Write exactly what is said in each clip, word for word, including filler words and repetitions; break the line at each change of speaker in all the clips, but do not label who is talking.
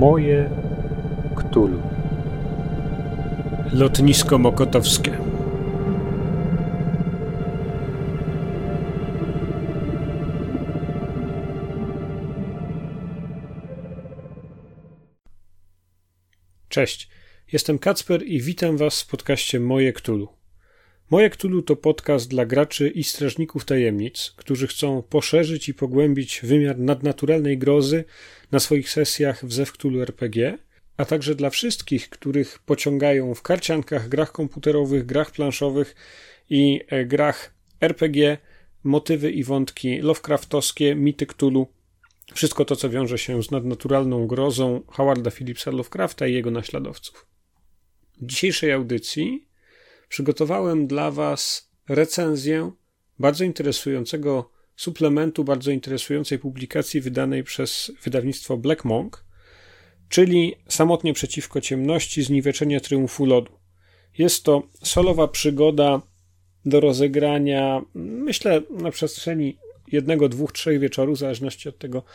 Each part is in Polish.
Moje Cthulhu. Lotnisko Mokotowskie. Cześć, jestem Kacper i witam Was w podcaście Moje Cthulhu. Moje Cthulhu to podcast dla graczy i strażników tajemnic, którzy chcą poszerzyć i pogłębić wymiar nadnaturalnej grozy na swoich sesjach w Zew Cthulhu R P G, a także dla wszystkich, których pociągają w karciankach, grach komputerowych, grach planszowych i grach R P G motywy i wątki lovecraftowskie, mity Cthulhu, wszystko to, co wiąże się z nadnaturalną grozą Howarda Phillipsa Lovecrafta i jego naśladowców. W dzisiejszej audycji przygotowałem dla Was recenzję bardzo interesującego suplementu, bardzo interesującej publikacji wydanej przez wydawnictwo Black Monk, czyli Samotnie przeciwko ciemności, zniweczenie triumfu lodu. Jest to solowa przygoda do rozegrania, myślę, na przestrzeni jednego, dwóch, trzech wieczorów, w zależności od tego,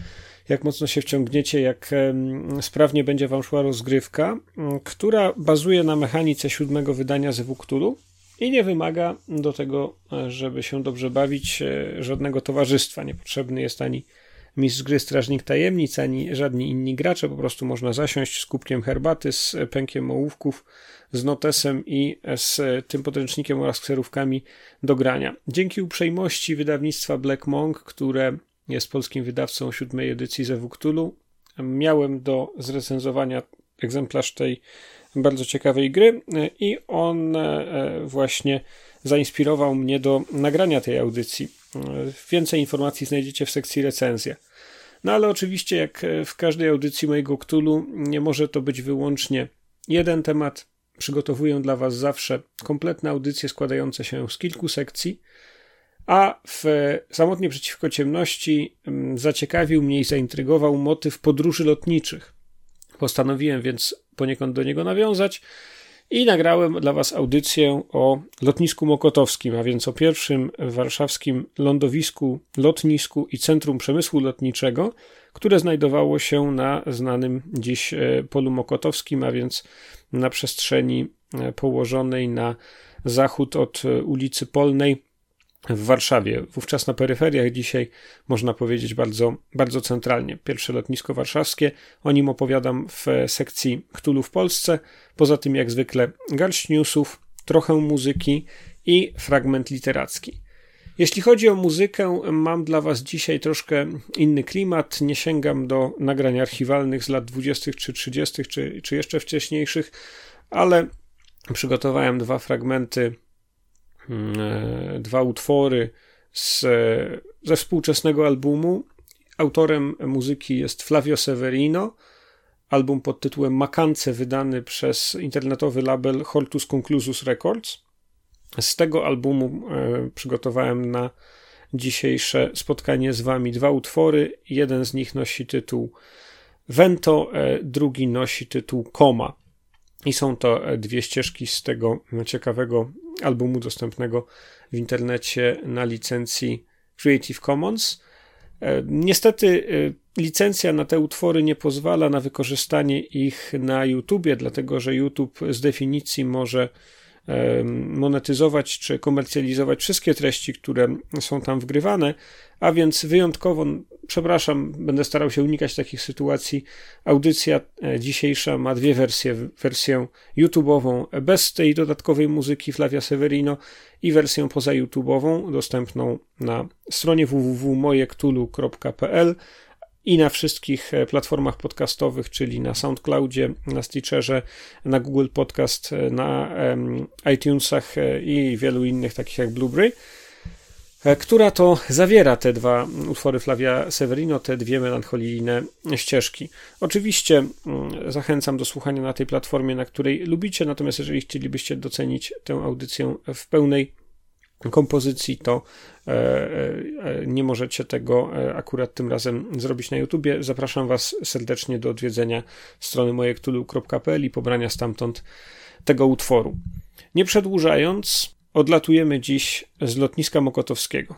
jak mocno się wciągniecie, jak sprawnie będzie Wam szła rozgrywka, która bazuje na mechanice siódmego wydania Zewu Cthulhu i nie wymaga do tego, żeby się dobrze bawić, żadnego towarzystwa. Niepotrzebny jest ani mistrz gry Strażnik Tajemnic, ani żadni inni gracze. Po prostu można zasiąść z kubkiem herbaty, z pękiem ołówków, z notesem i z tym podręcznikiem oraz kserówkami do grania. Dzięki uprzejmości wydawnictwa Black Monk, które jest polskim wydawcą siódmej edycji Zewu Cthulhu, miałem do zrecenzowania egzemplarz tej bardzo ciekawej gry i on właśnie zainspirował mnie do nagrania tej audycji. Więcej informacji znajdziecie w sekcji recenzja. No ale oczywiście, jak w każdej audycji mojego Cthulhu, nie może to być wyłącznie jeden temat. Przygotowuję dla Was zawsze kompletne audycje składające się z kilku sekcji, a w Samotnie przeciwko ciemności zaciekawił mnie i zaintrygował motyw podróży lotniczych. Postanowiłem więc poniekąd do niego nawiązać i nagrałem dla Was audycję o lotnisku mokotowskim, a więc o pierwszym warszawskim lądowisku, lotnisku i centrum przemysłu lotniczego, które znajdowało się na znanym dziś polu mokotowskim, a więc na przestrzeni położonej na zachód od ulicy Polnej w Warszawie, wówczas na peryferiach, dzisiaj można powiedzieć bardzo, bardzo centralnie. Pierwsze lotnisko warszawskie, o nim opowiadam w sekcji Cthulhu w Polsce. Poza tym jak zwykle garść newsów, trochę muzyki i fragment literacki. Jeśli chodzi o muzykę, mam dla Was dzisiaj troszkę inny klimat. Nie sięgam do nagrań archiwalnych z lat dwudziestych czy trzydziestych czy, czy jeszcze wcześniejszych, ale przygotowałem dwa fragmenty, dwa utwory z, ze współczesnego albumu. Autorem muzyki jest Flavio Severino. Album pod tytułem Makance, wydany przez internetowy label Hortus Conclusus Records. Z tego albumu e, przygotowałem na dzisiejsze spotkanie z Wami dwa utwory. Jeden z nich nosi tytuł Vento, e, drugi nosi tytuł Coma. I są to dwie ścieżki z tego ciekawego albumu dostępnego w internecie na licencji Creative Commons. Niestety licencja na te utwory nie pozwala na wykorzystanie ich na YouTubie, dlatego że YouTube z definicji może monetyzować czy komercjalizować wszystkie treści, które są tam wgrywane, a więc wyjątkowo, przepraszam, będę starał się unikać takich sytuacji. Audycja dzisiejsza ma dwie wersje, wersję YouTube'ową bez tej dodatkowej muzyki Flavia Severino i wersję poza YouTube'ową, dostępną na stronie w w w kropka moje cthulhu kropka p l i na wszystkich platformach podcastowych, czyli na SoundCloudzie, na Stitcherze, na Google Podcast, na um, iTunesach i wielu innych, takich jak Blueberry, która to zawiera te dwa utwory Flavia Severino, te dwie melancholijne ścieżki. Oczywiście um, zachęcam do słuchania na tej platformie, na której lubicie, natomiast jeżeli chcielibyście docenić tę audycję w pełnej kompozycji, to e, e, nie możecie tego e, akurat tym razem zrobić na YouTubie. Zapraszam Was serdecznie do odwiedzenia strony moje cthulhu kropka p l i pobrania stamtąd tego utworu. Nie przedłużając, odlatujemy dziś z lotniska mokotowskiego.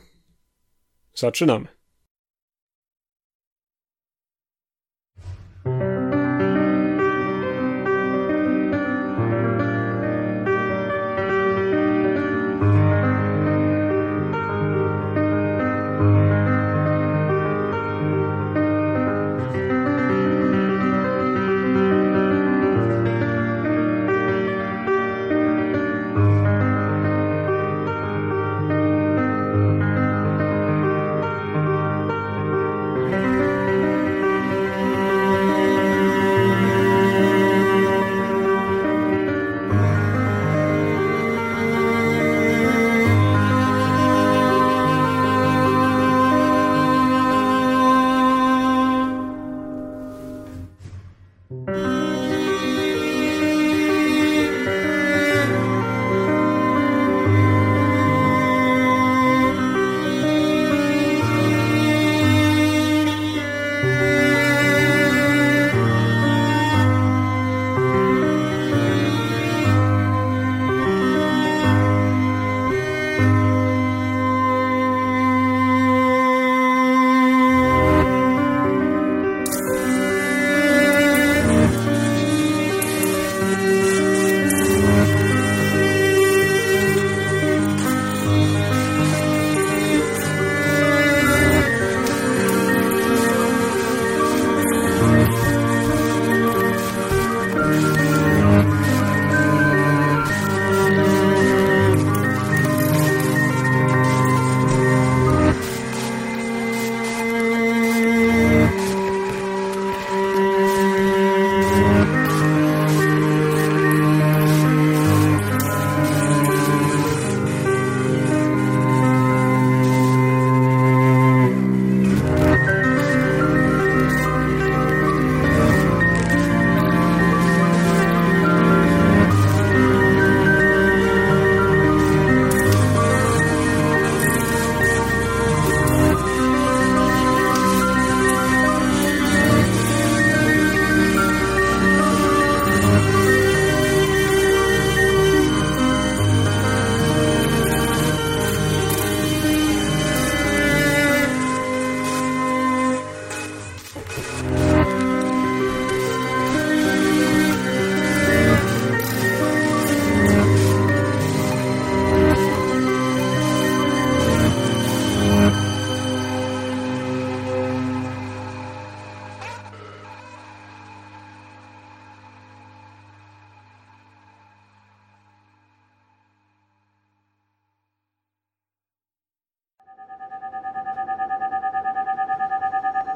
Zaczynamy.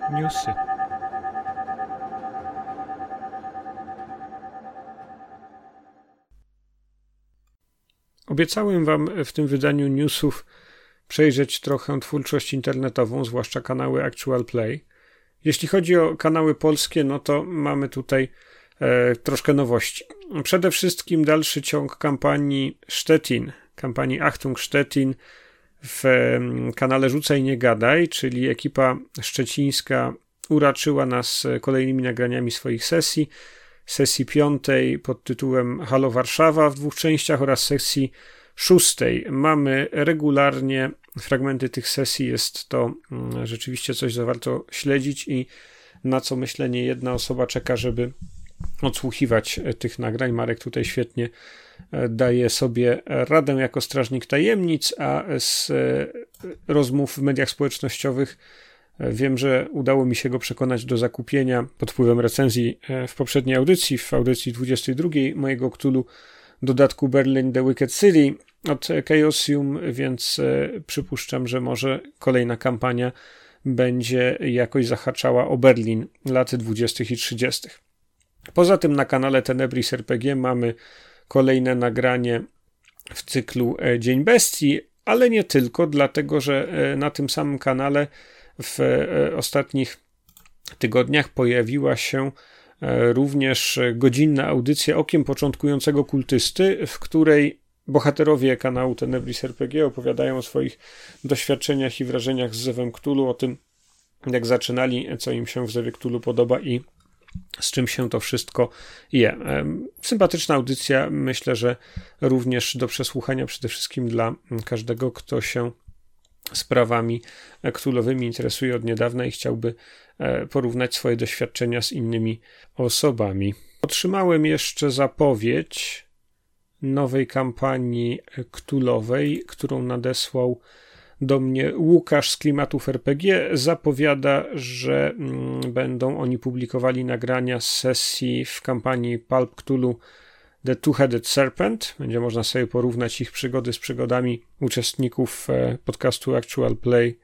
Newsy. Obiecałem wam w tym wydaniu newsów przejrzeć trochę twórczość internetową, zwłaszcza kanały Actual Play. Jeśli chodzi o kanały polskie, no to mamy tutaj e, troszkę nowości. Przede wszystkim dalszy ciąg kampanii Szczecin, kampanii Achtung Szczecin w e, kanale Rzucaj Nie Gadaj, czyli ekipa szczecińska uraczyła nas kolejnymi nagraniami swoich sesji. Sesji piątej pod tytułem Halo Warszawa w dwóch częściach oraz sesji szóstej. Mamy regularnie fragmenty tych sesji, jest to rzeczywiście coś, co warto śledzić i na co myślę nie jedna osoba czeka, żeby odsłuchiwać tych nagrań. Marek tutaj świetnie daje sobie radę jako strażnik tajemnic, a z rozmów w mediach społecznościowych wiem, że udało mi się go przekonać do zakupienia pod wpływem recenzji w poprzedniej audycji, w audycji dwudziestej drugiej mojego Cthulhu, dodatku Berlin The Wicked City od Chaosium, więc przypuszczam, że może kolejna kampania będzie jakoś zahaczała o Berlin lat dwudziestych i trzydziestych. Poza tym na kanale Tenebris R P G mamy kolejne nagranie w cyklu Dzień Bestii, ale nie tylko, dlatego że na tym samym kanale w ostatnich tygodniach pojawiła się również godzinna audycja Okiem Początkującego Kultysty, w której bohaterowie kanału Tenebris R P G opowiadają o swoich doświadczeniach i wrażeniach z Zewem Cthulhu, o tym, jak zaczynali, co im się w Zewie Cthulhu podoba i z czym się to wszystko je. Sympatyczna audycja, myślę, że również do przesłuchania przede wszystkim dla każdego, kto się sprawami cthulhowymi interesuje od niedawna i chciałby porównać swoje doświadczenia z innymi osobami. Otrzymałem jeszcze zapowiedź nowej kampanii cthulhowej, którą nadesłał do mnie Łukasz z Klimatów R P G. Zapowiada, że będą oni publikowali nagrania z sesji w kampanii Pulp Cthulhu The Two-Headed Serpent. Będzie można sobie porównać ich przygody z przygodami uczestników podcastu Actual Play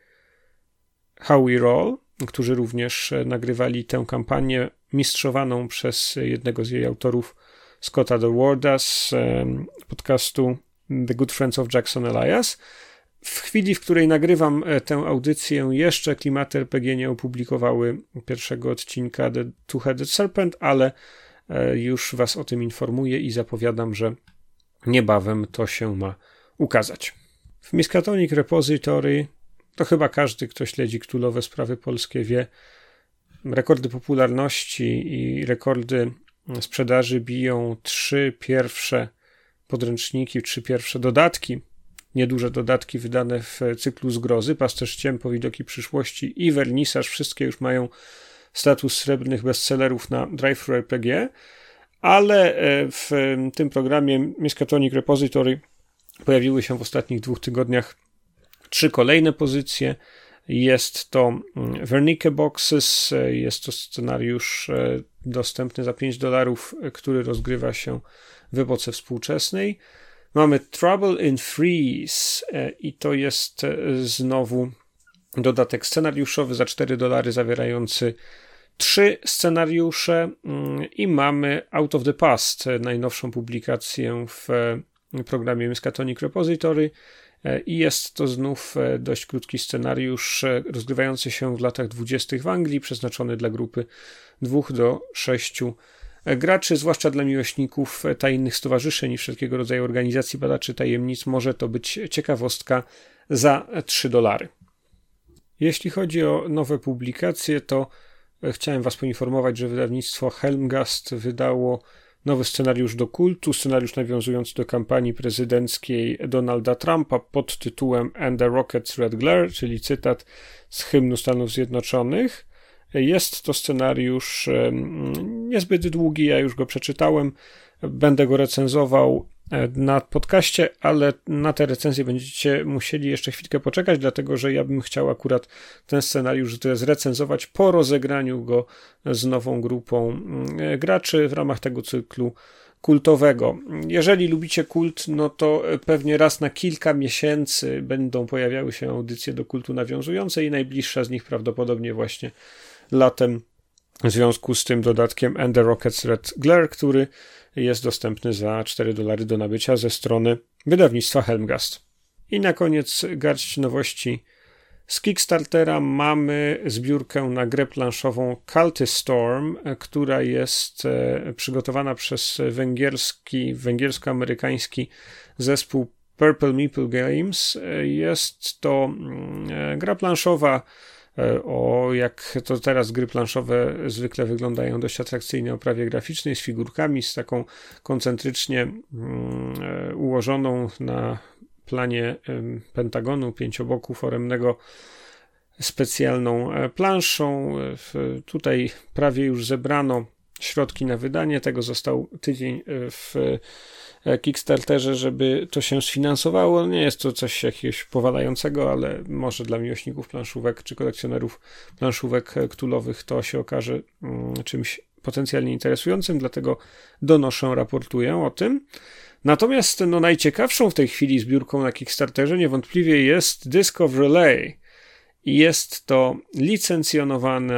How We Roll, którzy również nagrywali tę kampanię mistrzowaną przez jednego z jej autorów, Scotta The Warda z podcastu The Good Friends of Jackson Elias. W chwili, w której nagrywam tę audycję, jeszcze Klimaty R P G nie opublikowały pierwszego odcinka The Two-Headed Serpent, ale już was o tym informuję i zapowiadam, że niebawem to się ma ukazać. W Miskatonic Repository to chyba każdy, kto śledzi cthulhowe sprawy polskie, wie, rekordy popularności i rekordy sprzedaży biją trzy pierwsze podręczniki, trzy pierwsze dodatki, nieduże dodatki wydane w cyklu Zgrozy, Pasterz Ciempo, Widoki Przyszłości i Wernisaż. Wszystkie już mają status srebrnych bestsellerów na Drive-Thru R P G, ale w tym programie Miskatonic Repository pojawiły się w ostatnich dwóch tygodniach trzy kolejne pozycje. Jest to Wernicke Boxes, jest to scenariusz dostępny za pięć dolarów, który rozgrywa się w epoce współczesnej. Mamy Trouble in Freeze i to jest znowu dodatek scenariuszowy za cztery dolary zawierający trzy scenariusze i mamy Out of the Past, najnowszą publikację w programie Miskatonic Repository i jest to znów dość krótki scenariusz rozgrywający się w latach dwudziestych w Anglii, przeznaczony dla grupy dwóch do sześciu graczy, zwłaszcza dla miłośników tajnych stowarzyszeń i wszelkiego rodzaju organizacji badaczy tajemnic. Może to być ciekawostka za trzy dolary. Jeśli chodzi o nowe publikacje, to chciałem was poinformować, że wydawnictwo Helmgast wydało nowy scenariusz do kultu, scenariusz nawiązujący do kampanii prezydenckiej Donalda Trumpa pod tytułem And the Rocket's Red Glare, czyli cytat z hymnu Stanów Zjednoczonych. Jest to scenariusz niezbyt długi, ja już go przeczytałem, będę go recenzował na podcaście, ale na tę recenzję będziecie musieli jeszcze chwilkę poczekać, dlatego że ja bym chciał akurat ten scenariusz zrecenzować po rozegraniu go z nową grupą graczy w ramach tego cyklu kultowego. Jeżeli lubicie kult, no to pewnie raz na kilka miesięcy będą pojawiały się audycje do kultu nawiązujące i najbliższa z nich prawdopodobnie właśnie latem w związku z tym dodatkiem And the Rocket's Red Glare, który jest dostępny za cztery dolary do nabycia ze strony wydawnictwa Helmgast. I na koniec garść nowości z Kickstartera. Mamy zbiórkę na grę planszową Cultist Storm, która jest przygotowana przez węgierski, węgiersko-amerykański zespół Purple Meeple Games. Jest to gra planszowa o, jak to teraz gry planszowe zwykle wyglądają, dość atrakcyjnej oprawie graficznej, z figurkami, z taką koncentrycznie ułożoną na planie pentagonu pięcioboku foremnego specjalną planszą. Tutaj prawie już zebrano środki na wydanie tego. Został tydzień w Kickstarterze, żeby to się sfinansowało. Nie jest to coś jakiegoś powalającego, ale może dla miłośników planszówek czy kolekcjonerów planszówek cthulhowych to się okaże czymś potencjalnie interesującym, dlatego donoszę, raportuję o tym. Natomiast no, najciekawszą w tej chwili zbiórką na Kickstarterze niewątpliwie jest Disc of Relay. Jest to licencjonowany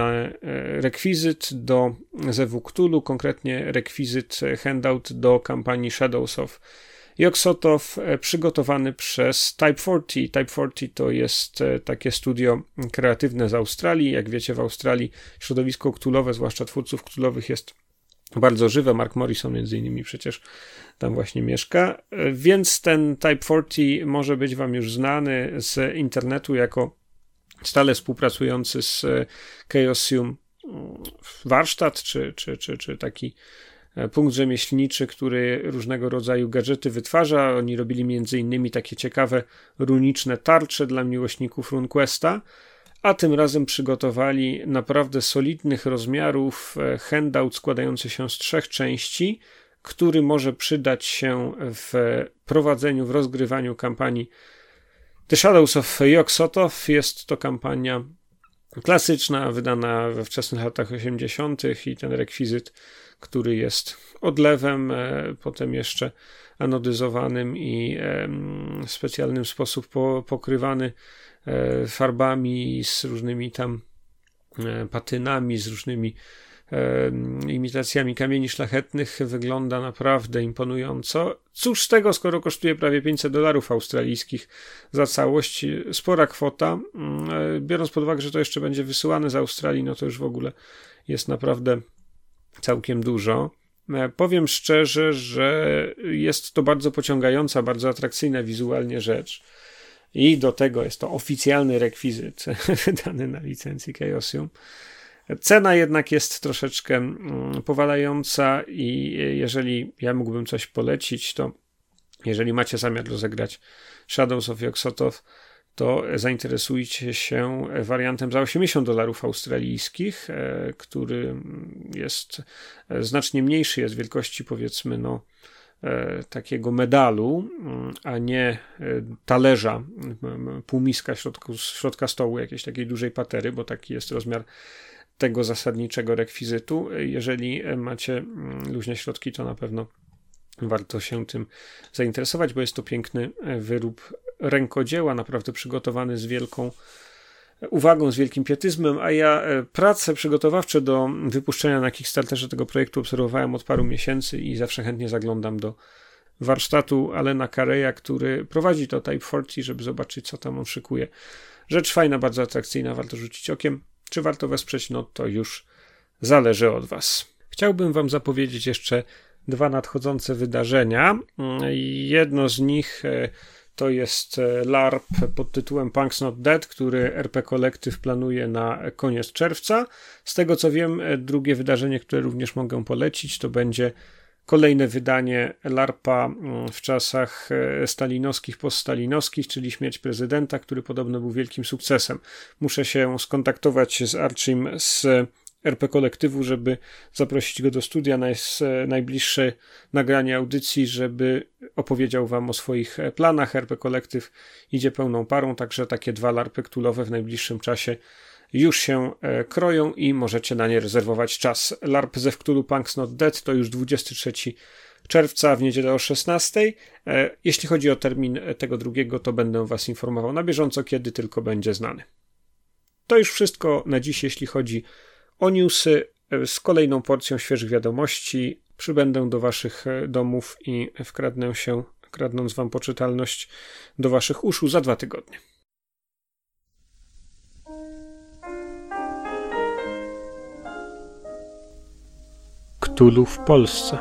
rekwizyt do Z W Cthulhu, konkretnie rekwizyt handout do kampanii Shadows of Yog-Sothoth, przygotowany przez Type czterdzieści. Type czterdzieści to jest takie studio kreatywne z Australii. Jak wiecie, w Australii środowisko cthulhowe, zwłaszcza twórców cthulhowych, jest bardzo żywe. Mark Morrison między innymi przecież tam właśnie mieszka, więc ten Type czterdzieści może być wam już znany z internetu jako stale współpracujący z Chaosium warsztat, czy, czy, czy, czy taki punkt rzemieślniczy, który różnego rodzaju gadżety wytwarza. Oni robili między innymi takie ciekawe runiczne tarcze dla miłośników RuneQuesta, a tym razem przygotowali naprawdę solidnych rozmiarów handout składający się z trzech części, który może przydać się w prowadzeniu, w rozgrywaniu kampanii The Shadows of Yog-Sothoth. Jest to kampania klasyczna, wydana we wczesnych latach osiemdziesiątych i ten rekwizyt, który jest odlewem, e, potem jeszcze anodyzowanym i e, w specjalny sposób po, pokrywany e, farbami z różnymi tam e, patynami, z różnymi e, imitacjami kamieni szlachetnych, wygląda naprawdę imponująco. Cóż z tego, skoro kosztuje prawie pięćset dolarów australijskich za całość, spora kwota, e, biorąc pod uwagę, że to jeszcze będzie wysyłane z Australii, no to już w ogóle jest naprawdę całkiem dużo. Powiem szczerze, że jest to bardzo pociągająca, bardzo atrakcyjna wizualnie rzecz i do tego jest to oficjalny rekwizyt wydany na licencji Chaosium. Cena jednak jest troszeczkę powalająca i jeżeli ja mógłbym coś polecić, to jeżeli macie zamiar rozegrać Shadows of Yog-Sothoth, to zainteresujcie się wariantem za osiemdziesiąt dolarów australijskich, który jest znacznie mniejszy, jest wielkości powiedzmy no takiego medalu, a nie talerza, półmiska środka, środka stołu, jakiejś takiej dużej patery, bo taki jest rozmiar tego zasadniczego rekwizytu. Jeżeli macie luźne środki, to na pewno warto się tym zainteresować, bo jest to piękny wyrób rękodzieła, naprawdę przygotowany z wielką uwagą, z wielkim pietyzmem, a ja prace przygotowawcze do wypuszczenia na Kickstarterze tego projektu obserwowałem od paru miesięcy i zawsze chętnie zaglądam do warsztatu Alena Carreya, który prowadzi to Type czterdzieści, żeby zobaczyć, co tam on szykuje. Rzecz fajna, bardzo atrakcyjna, warto rzucić okiem. Czy warto wesprzeć? No to już zależy od was. Chciałbym wam zapowiedzieć jeszcze dwa nadchodzące wydarzenia. Jedno z nich to jest LARP pod tytułem Punk's Not Dead, który R P Collective planuje na koniec czerwca. Z tego co wiem, drugie wydarzenie, które również mogę polecić, to będzie kolejne wydanie LARPa w czasach stalinowskich, poststalinowskich, czyli Śmierć prezydenta, który podobno był wielkim sukcesem. Muszę się skontaktować z Archim z R P Kolektywu, żeby zaprosić go do studia na najbliższe nagranie audycji, żeby opowiedział wam o swoich planach. R P Kolektyw idzie pełną parą, także takie dwa larpy cthulhowe w najbliższym czasie już się kroją i możecie na nie rezerwować czas. LARP ze Cthulhu Punk's Not Dead to już dwudziestego trzeciego czerwca w niedzielę o szesnastej. Jeśli chodzi o termin tego drugiego, to będę was informował na bieżąco, kiedy tylko będzie znany. To już wszystko na dziś, jeśli chodzi o newsy z kolejną porcją świeżych wiadomości. Przybędę do waszych domów i wkradnę się, kradnąc wam poczytalność, do waszych uszu za dwa tygodnie. Cthulhu w Polsce.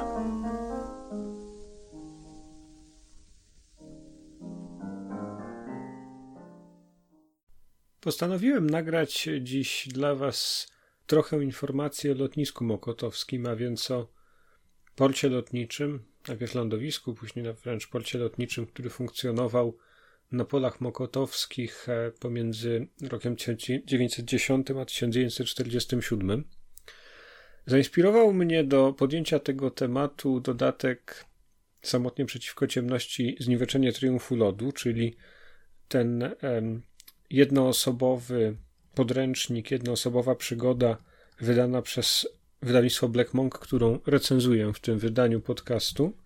Postanowiłem nagrać dziś dla was trochę informacji o lotnisku mokotowskim, a więc o porcie lotniczym, najpierw lądowisku, później wręcz porcie lotniczym, który funkcjonował na polach mokotowskich pomiędzy rokiem tysiąc dziewięćset dziesiątym a tysiąc dziewięćset czterdziestym siódmym. Zainspirował mnie do podjęcia tego tematu dodatek Samotnie przeciwko ciemności Zniweczenie triumfu lodu, czyli ten em, jednoosobowy podręcznik, jednoosobowa przygoda wydana przez wydawnictwo Black Monk, którą recenzuję w tym wydaniu podcastu,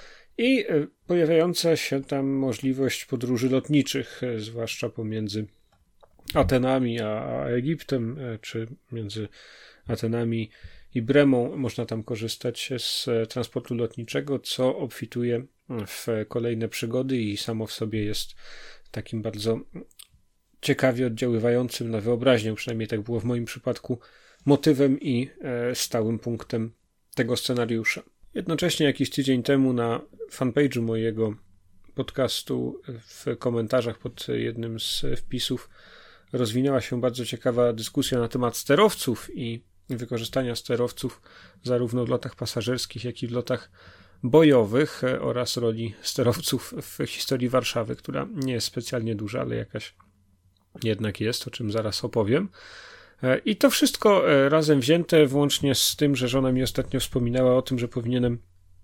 i pojawiająca się tam możliwość podróży lotniczych, zwłaszcza pomiędzy Atenami a Egiptem, czy między Atenami i Bremą. Można tam korzystać z transportu lotniczego, co obfituje w kolejne przygody i samo w sobie jest takim bardzo ciekawie oddziaływającym na wyobraźnię, przynajmniej tak było w moim przypadku, motywem i stałym punktem tego scenariusza. Jednocześnie jakiś tydzień temu na fanpage'u mojego podcastu w komentarzach pod jednym z wpisów rozwinęła się bardzo ciekawa dyskusja na temat sterowców i wykorzystania sterowców zarówno w lotach pasażerskich, jak i w lotach bojowych oraz roli sterowców w historii Warszawy, która nie jest specjalnie duża, ale jakaś jednak jest, o czym zaraz opowiem. I to wszystko razem wzięte, włącznie z tym, że żona mi ostatnio wspominała o tym, że powinienem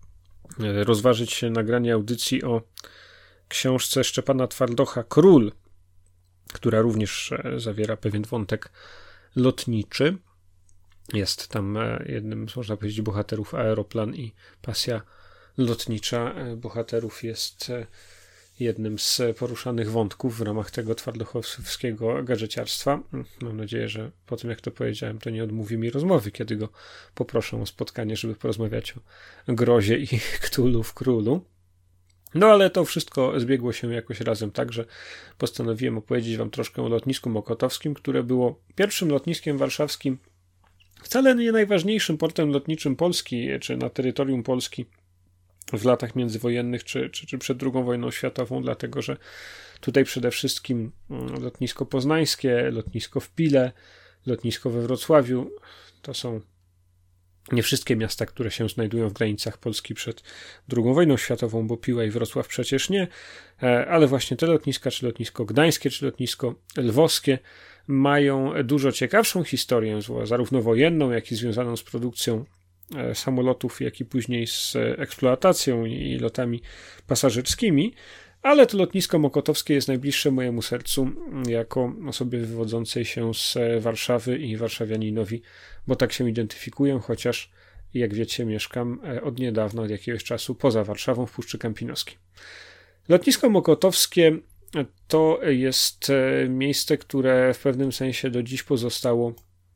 rozważyć nagranie audycji o książce Szczepana Twardocha Król, która również zawiera pewien wątek lotniczy. Jest tam jednym, można powiedzieć, bohaterów Aeroplan i pasja lotnicza bohaterów jest jednym z poruszanych wątków w ramach tego twardochowskiego gadżeciarstwa. Mam nadzieję, że po tym, jak to powiedziałem, to nie odmówi mi rozmowy, kiedy go poproszę o spotkanie, żeby porozmawiać o grozie i Cthulhu w Królu. No ale to wszystko zbiegło się jakoś razem tak, że postanowiłem opowiedzieć wam troszkę o lotnisku mokotowskim, które było pierwszym lotniskiem warszawskim, wcale nie najważniejszym portem lotniczym Polski, czy na terytorium Polski w latach międzywojennych, czy, czy, czy przed drugą wojną światową, dlatego że tutaj przede wszystkim lotnisko poznańskie, lotnisko w Pile, lotnisko we Wrocławiu, to są nie wszystkie miasta, które się znajdują w granicach Polski przed drugą wojną światową, bo Piła i Wrocław przecież nie, ale właśnie te lotniska, czy lotnisko gdańskie, czy lotnisko lwowskie, mają dużo ciekawszą historię, zarówno wojenną, jak i związaną z produkcją samolotów, jak i później z eksploatacją i lotami pasażerskimi, ale to lotnisko mokotowskie jest najbliższe mojemu sercu jako osobie wywodzącej się z Warszawy i warszawianinowi, bo tak się identyfikuję, chociaż jak wiecie mieszkam od niedawna, od jakiegoś czasu poza Warszawą w Puszczy Kampinoskiej. Lotnisko mokotowskie to jest miejsce, które w pewnym sensie do dziś pozostało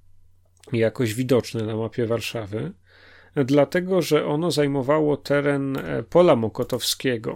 jakoś widoczne na mapie Warszawy, dlatego że ono zajmowało teren pola mokotowskiego.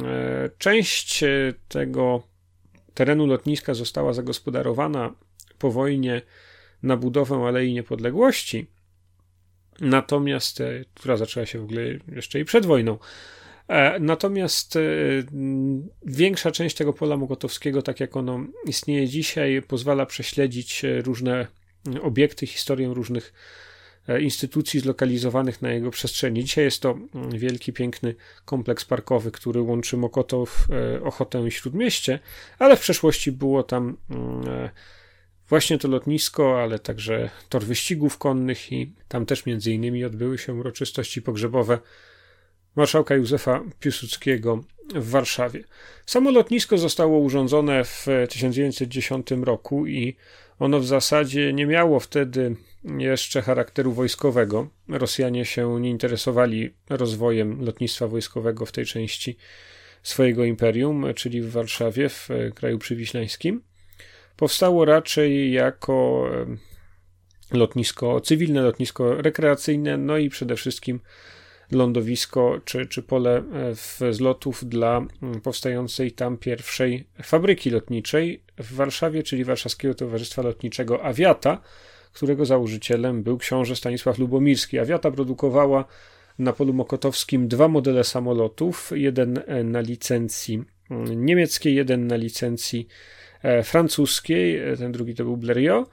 Część tego terenu lotniska została zagospodarowana po wojnie na budowę Alei Niepodległości, natomiast, która zaczęła się w ogóle jeszcze i przed wojną, natomiast większa część tego pola mokotowskiego, tak jak ono istnieje dzisiaj, pozwala prześledzić różne obiekty, historię różnych instytucji zlokalizowanych na jego przestrzeni. Dzisiaj jest to wielki, piękny kompleks parkowy, który łączy Mokotów, Ochotę i Śródmieście, ale w przeszłości było tam właśnie to lotnisko, ale także tor wyścigów konnych i tam też między innymi odbyły się uroczystości pogrzebowe marszałka Józefa Piłsudskiego w Warszawie. Samo lotnisko zostało urządzone w tysiąc dziewięćset dziesiątym roku i ono w zasadzie nie miało wtedy jeszcze charakteru wojskowego. Rosjanie się nie interesowali rozwojem lotnictwa wojskowego w tej części swojego imperium, czyli w Warszawie, w kraju przywiślańskim. Powstało raczej jako lotnisko cywilne, lotnisko rekreacyjne, no i przede wszystkim lądowisko czy, czy pole wzlotów dla powstającej tam pierwszej fabryki lotniczej w Warszawie, czyli Warszawskiego Towarzystwa Lotniczego Aviata, którego założycielem był książę Stanisław Lubomirski. Aviata produkowała na polu mokotowskim dwa modele samolotów, jeden na licencji niemieckiej, jeden na licencji francuskiej, ten drugi to był Blériot,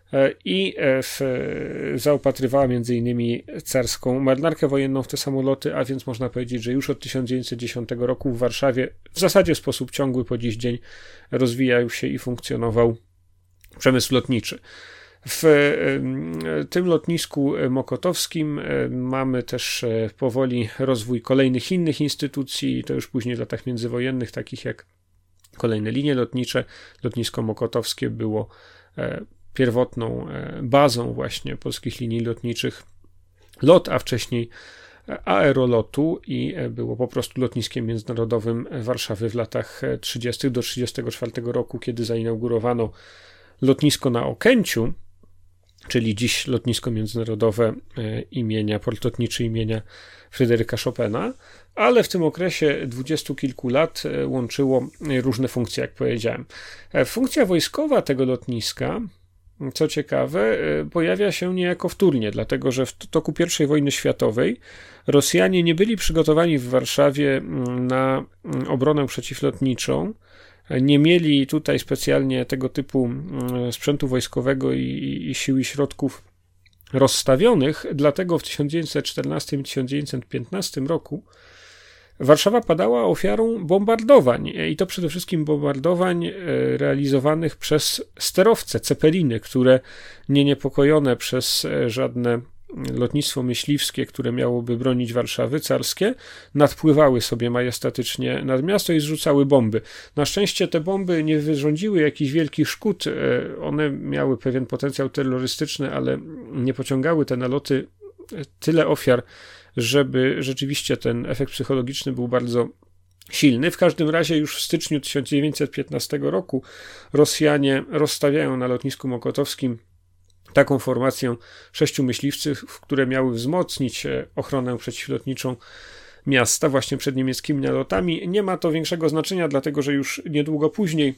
i w, zaopatrywała między innymi carską marynarkę wojenną w te samoloty, a więc można powiedzieć, że już od tysiąc dziewięćset dziesiątego roku w Warszawie w zasadzie w sposób ciągły po dziś dzień rozwijał się i funkcjonował przemysł lotniczy. W tym lotnisku mokotowskim mamy też powoli rozwój kolejnych innych instytucji, to już później w latach międzywojennych, takich jak kolejne linie lotnicze. Lotnisko mokotowskie było pierwotną bazą właśnie polskich linii lotniczych LOT, a wcześniej Aerolotu i było po prostu lotniskiem międzynarodowym Warszawy w latach trzydziestych do trzydziestego czwartego roku, kiedy zainaugurowano lotnisko na Okęciu, czyli dziś lotnisko międzynarodowe imienia, port lotniczy imienia Fryderyka Chopina, ale w tym okresie dwudziestu kilku lat łączyło różne funkcje, jak powiedziałem. Funkcja wojskowa tego lotniska, co ciekawe, pojawia się niejako wtórnie, dlatego że w toku pierwszej wojny światowej Rosjanie nie byli przygotowani w Warszawie na obronę przeciwlotniczą, nie mieli tutaj specjalnie tego typu sprzętu wojskowego i, i sił i środków rozstawionych, dlatego w tysiąc dziewięćset czternastym i tysiąc dziewięćset piętnastym roku Warszawa padała ofiarą bombardowań i to przede wszystkim bombardowań realizowanych przez sterowce, cepeliny, które nie niepokojone przez żadne lotnictwo myśliwskie, które miałoby bronić Warszawy, carskie, nadpływały sobie majestatycznie nad miasto i zrzucały bomby. Na szczęście te bomby nie wyrządziły jakichś wielkich szkód, one miały pewien potencjał terrorystyczny, ale nie pociągały te naloty tyle ofiar, żeby rzeczywiście ten efekt psychologiczny był bardzo silny. W każdym razie już w styczniu tysiąc dziewięćset piętnastego roku Rosjanie rozstawiają na lotnisku mokotowskim taką formację sześciu myśliwców, które miały wzmocnić ochronę przeciwlotniczą miasta właśnie przed niemieckimi nalotami. Nie ma to większego znaczenia, dlatego że już niedługo później,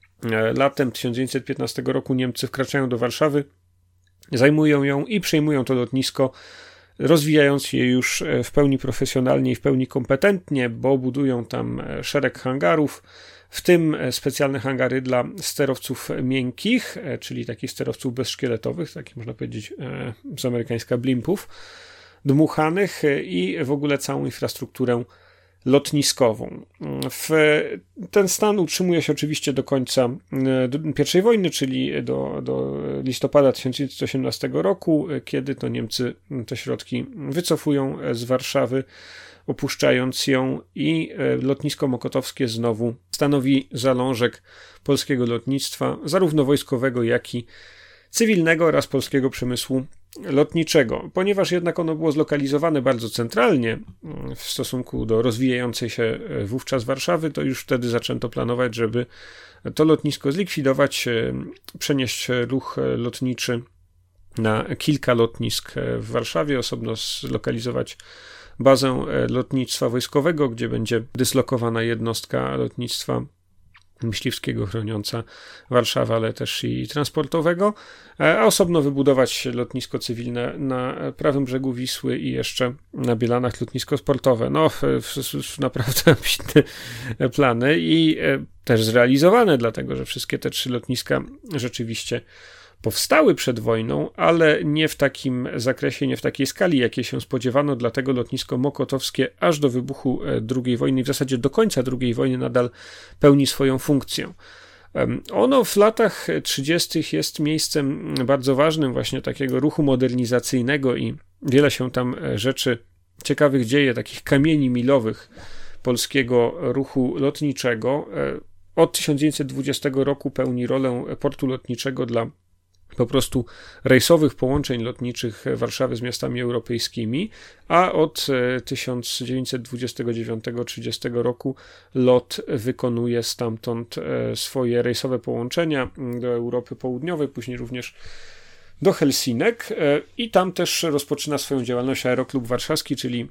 latem tysiąc dziewięćset piętnastego roku, Niemcy wkraczają do Warszawy, zajmują ją i przejmują to lotnisko, rozwijając je już w pełni profesjonalnie i w pełni kompetentnie, bo budują tam szereg hangarów, w tym specjalne hangary dla sterowców miękkich, czyli takich sterowców bezszkieletowych, takich można powiedzieć z amerykańska blimpów, dmuchanych i w ogóle całą infrastrukturę lotniskową. W ten stan utrzymuje się oczywiście do końca pierwszej wojny, czyli do, do listopada tysiąc dziewięćset osiemnastego roku, kiedy to Niemcy te środki wycofują z Warszawy, opuszczając ją, i lotnisko mokotowskie znowu stanowi zalążek polskiego lotnictwa, zarówno wojskowego, jak i cywilnego oraz polskiego przemysłu lotniczego. Ponieważ jednak ono było zlokalizowane bardzo centralnie w stosunku do rozwijającej się wówczas Warszawy, to już wtedy zaczęto planować, żeby to lotnisko zlikwidować, przenieść ruch lotniczy na kilka lotnisk w Warszawie, osobno zlokalizować bazę lotnictwa wojskowego, gdzie będzie dyslokowana jednostka lotnictwa myśliwskiego chroniąca Warszawę, ale też i transportowego, a osobno wybudować lotnisko cywilne na prawym brzegu Wisły i jeszcze na Bielanach lotnisko sportowe. No, naprawdę ambitne plany i też zrealizowane, dlatego że wszystkie te trzy lotniska rzeczywiście powstały przed wojną, ale nie w takim zakresie, nie w takiej skali, jakiej się spodziewano, dlatego lotnisko mokotowskie aż do wybuchu drugiej wojny, w zasadzie do końca drugiej wojny, nadal pełni swoją funkcję. Ono w latach trzydziestych jest miejscem bardzo ważnym właśnie takiego ruchu modernizacyjnego i wiele się tam rzeczy ciekawych dzieje, takich kamieni milowych polskiego ruchu lotniczego. Od tysiąc dziewięćset dwudziestego roku pełni rolę portu lotniczego dla po prostu rejsowych połączeń lotniczych Warszawy z miastami europejskimi, a od tysiąc dziewięćset dwudziestego dziewiątego do trzydziestego roku LOT wykonuje stamtąd swoje rejsowe połączenia do Europy Południowej, później również do Helsinek i tam też rozpoczyna swoją działalność Aeroklub Warszawski, czyli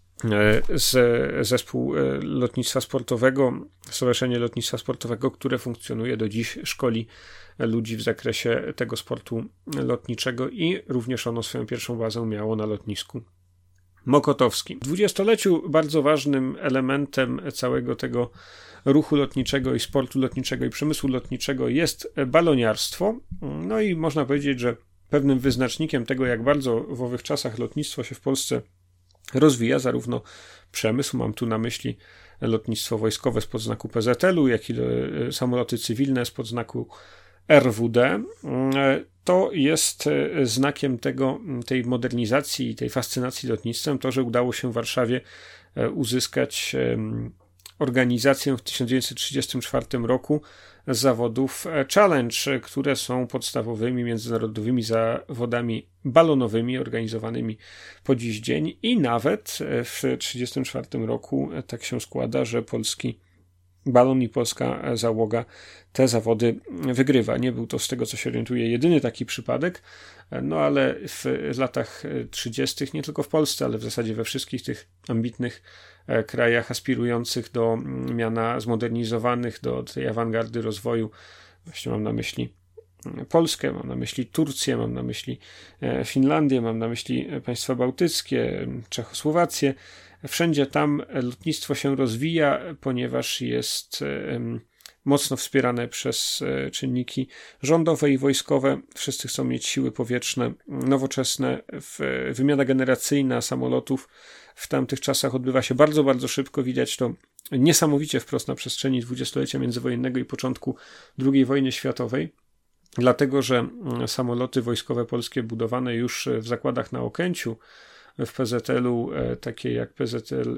z, zespół lotnictwa sportowego, Stowarzyszenie Lotnictwa Sportowego, które funkcjonuje do dziś, szkoli ludzi w zakresie tego sportu lotniczego i również ono swoją pierwszą bazę miało na lotnisku mokotowskim. W dwudziestoleciu bardzo ważnym elementem całego tego ruchu lotniczego i sportu lotniczego i przemysłu lotniczego jest baloniarstwo. No i można powiedzieć, że pewnym wyznacznikiem tego, jak bardzo w owych czasach lotnictwo się w Polsce rozwija, zarówno przemysł, mam tu na myśli lotnictwo wojskowe spod znaku P Z L u, jak i samoloty cywilne spod znaku R W D, to jest znakiem tego, tej modernizacji i tej fascynacji lotnictwem to, że udało się w Warszawie uzyskać organizację w tysiąc dziewięćset trzydziestym czwartym roku zawodów Challenge, które są podstawowymi międzynarodowymi zawodami balonowymi organizowanymi po dziś dzień i nawet w tysiąc dziewięćset trzydziestym czwartym roku tak się składa, że polski balon i polska załoga te zawody wygrywa. Nie był to, z tego co się orientuję, jedyny taki przypadek, no ale w latach trzydziestych nie tylko w Polsce, ale w zasadzie we wszystkich tych ambitnych krajach aspirujących do miana zmodernizowanych, do tej awangardy rozwoju, właśnie mam na myśli Polskę, mam na myśli Turcję, mam na myśli Finlandię, mam na myśli państwa bałtyckie, Czechosłowację. Wszędzie tam lotnictwo się rozwija, ponieważ jest mocno wspierane przez czynniki rządowe i wojskowe. Wszyscy chcą mieć siły powietrzne nowoczesne. Wymiana generacyjna samolotów w tamtych czasach odbywa się bardzo, bardzo szybko. Widać to niesamowicie wprost na przestrzeni dwudziestolecia międzywojennego i początku drugiej wojny światowej. Dlatego, że samoloty wojskowe polskie budowane już w zakładach na Okęciu w P Z L u, takie jak P Z L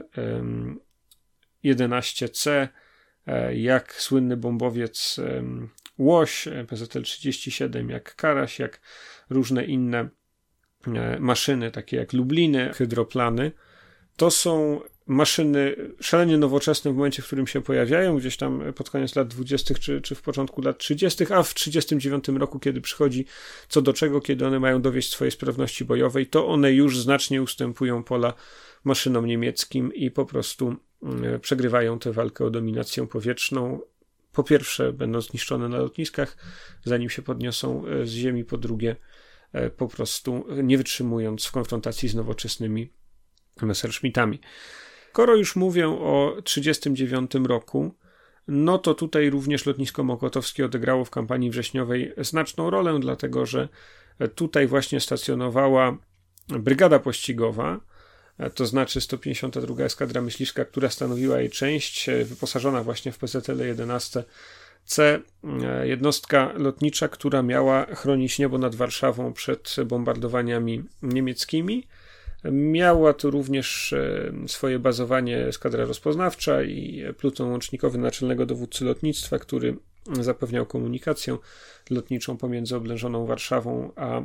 jedenaście C, jak słynny bombowiec Łoś, P Z L trzydzieści siedem, jak Karaś, jak różne inne maszyny, takie jak Lubliny, hydroplany. To są maszyny szalenie nowoczesne w momencie, w którym się pojawiają, gdzieś tam pod koniec lat dwudziestych czy, czy w początku lat trzydziestych, a w trzydziestym dziewiątym roku, kiedy przychodzi co do czego, kiedy one mają dowieść swojej sprawności bojowej, to one już znacznie ustępują pola maszynom niemieckim i po prostu przegrywają tę walkę o dominację powietrzną. Po pierwsze będą zniszczone na lotniskach, zanim się podniosą z ziemi, po drugie po prostu nie wytrzymując w konfrontacji z nowoczesnymi Messerschmittami. Skoro już mówię o trzydziestym dziewiątym roku, no to tutaj również lotnisko mokotowskie odegrało w kampanii wrześniowej znaczną rolę, dlatego że tutaj właśnie stacjonowała brygada pościgowa, to znaczy sto pięćdziesiąta druga Eskadra Myśliwska, która stanowiła jej część, wyposażona właśnie w P Z L jedenaście C, jednostka lotnicza, która miała chronić niebo nad Warszawą przed bombardowaniami niemieckimi. Miała tu również swoje bazowanie eskadra rozpoznawcza i pluton łącznikowy naczelnego dowódcy lotnictwa, który zapewniał komunikację lotniczą pomiędzy oblężoną Warszawą a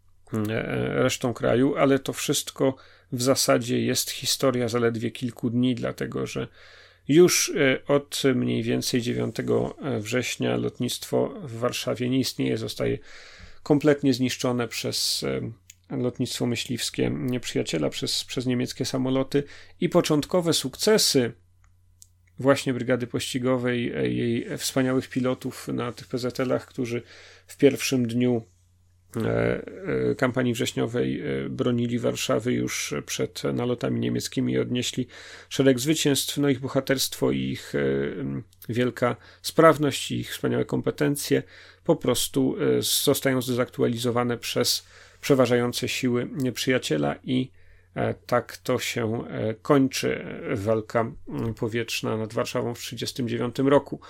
resztą kraju, ale to wszystko w zasadzie jest historia zaledwie kilku dni, dlatego że już od mniej więcej dziewiątego września lotnictwo w Warszawie nie istnieje, zostaje kompletnie zniszczone przez lotnictwo myśliwskie nieprzyjaciela, przez, przez niemieckie samoloty i początkowe sukcesy właśnie brygady pościgowej, jej wspaniałych pilotów na tych P Z L ach, którzy w pierwszym dniu kampanii wrześniowej bronili Warszawy już przed nalotami niemieckimi i odnieśli szereg zwycięstw. No ich bohaterstwo i ich wielka sprawność i ich wspaniałe kompetencje po prostu zostają zdezaktualizowane przez przeważające siły nieprzyjaciela i tak to się kończy walka powietrzna nad Warszawą w tysiąc dziewięćset trzydziestym dziewiątym roku.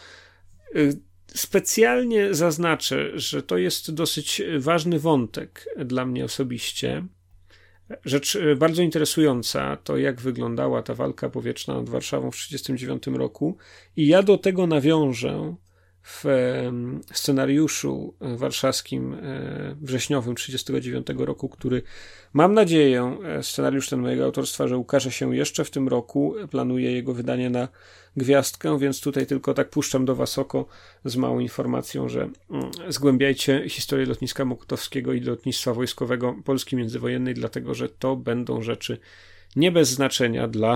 Specjalnie zaznaczę, że to jest dosyć ważny wątek dla mnie osobiście. Rzecz bardzo interesująca to, jak wyglądała ta walka powietrzna nad Warszawą w tysiąc dziewięćset trzydziestym dziewiątym roku i ja do tego nawiążę w scenariuszu warszawskim wrześniowym trzydziestego dziewiątego roku, który mam nadzieję, scenariusz ten mojego autorstwa, że ukaże się jeszcze w tym roku. Planuję jego wydanie na gwiazdkę, więc tutaj tylko tak puszczam do was oko z małą informacją, że zgłębiajcie historię lotniska Mokotowskiego i lotnictwa wojskowego Polski międzywojennej, dlatego że to będą rzeczy nie bez znaczenia dla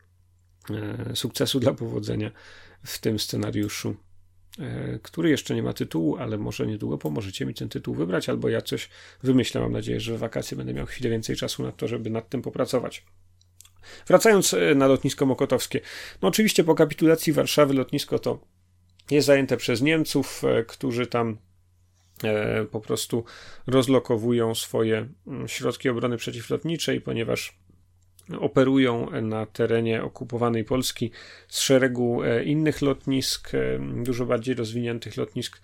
sukcesu, dla powodzenia w tym scenariuszu, który jeszcze nie ma tytułu, ale może niedługo pomożecie mi ten tytuł wybrać, albo ja coś wymyślę. Mam nadzieję, że w wakacje będę miał chwilę więcej czasu na to, żeby nad tym popracować. Wracając na lotnisko mokotowskie. No oczywiście po kapitulacji Warszawy lotnisko to jest zajęte przez Niemców, którzy tam po prostu rozlokowują swoje środki obrony przeciwlotniczej, ponieważ operują na terenie okupowanej Polski z szeregu innych lotnisk, dużo bardziej rozwiniętych lotnisk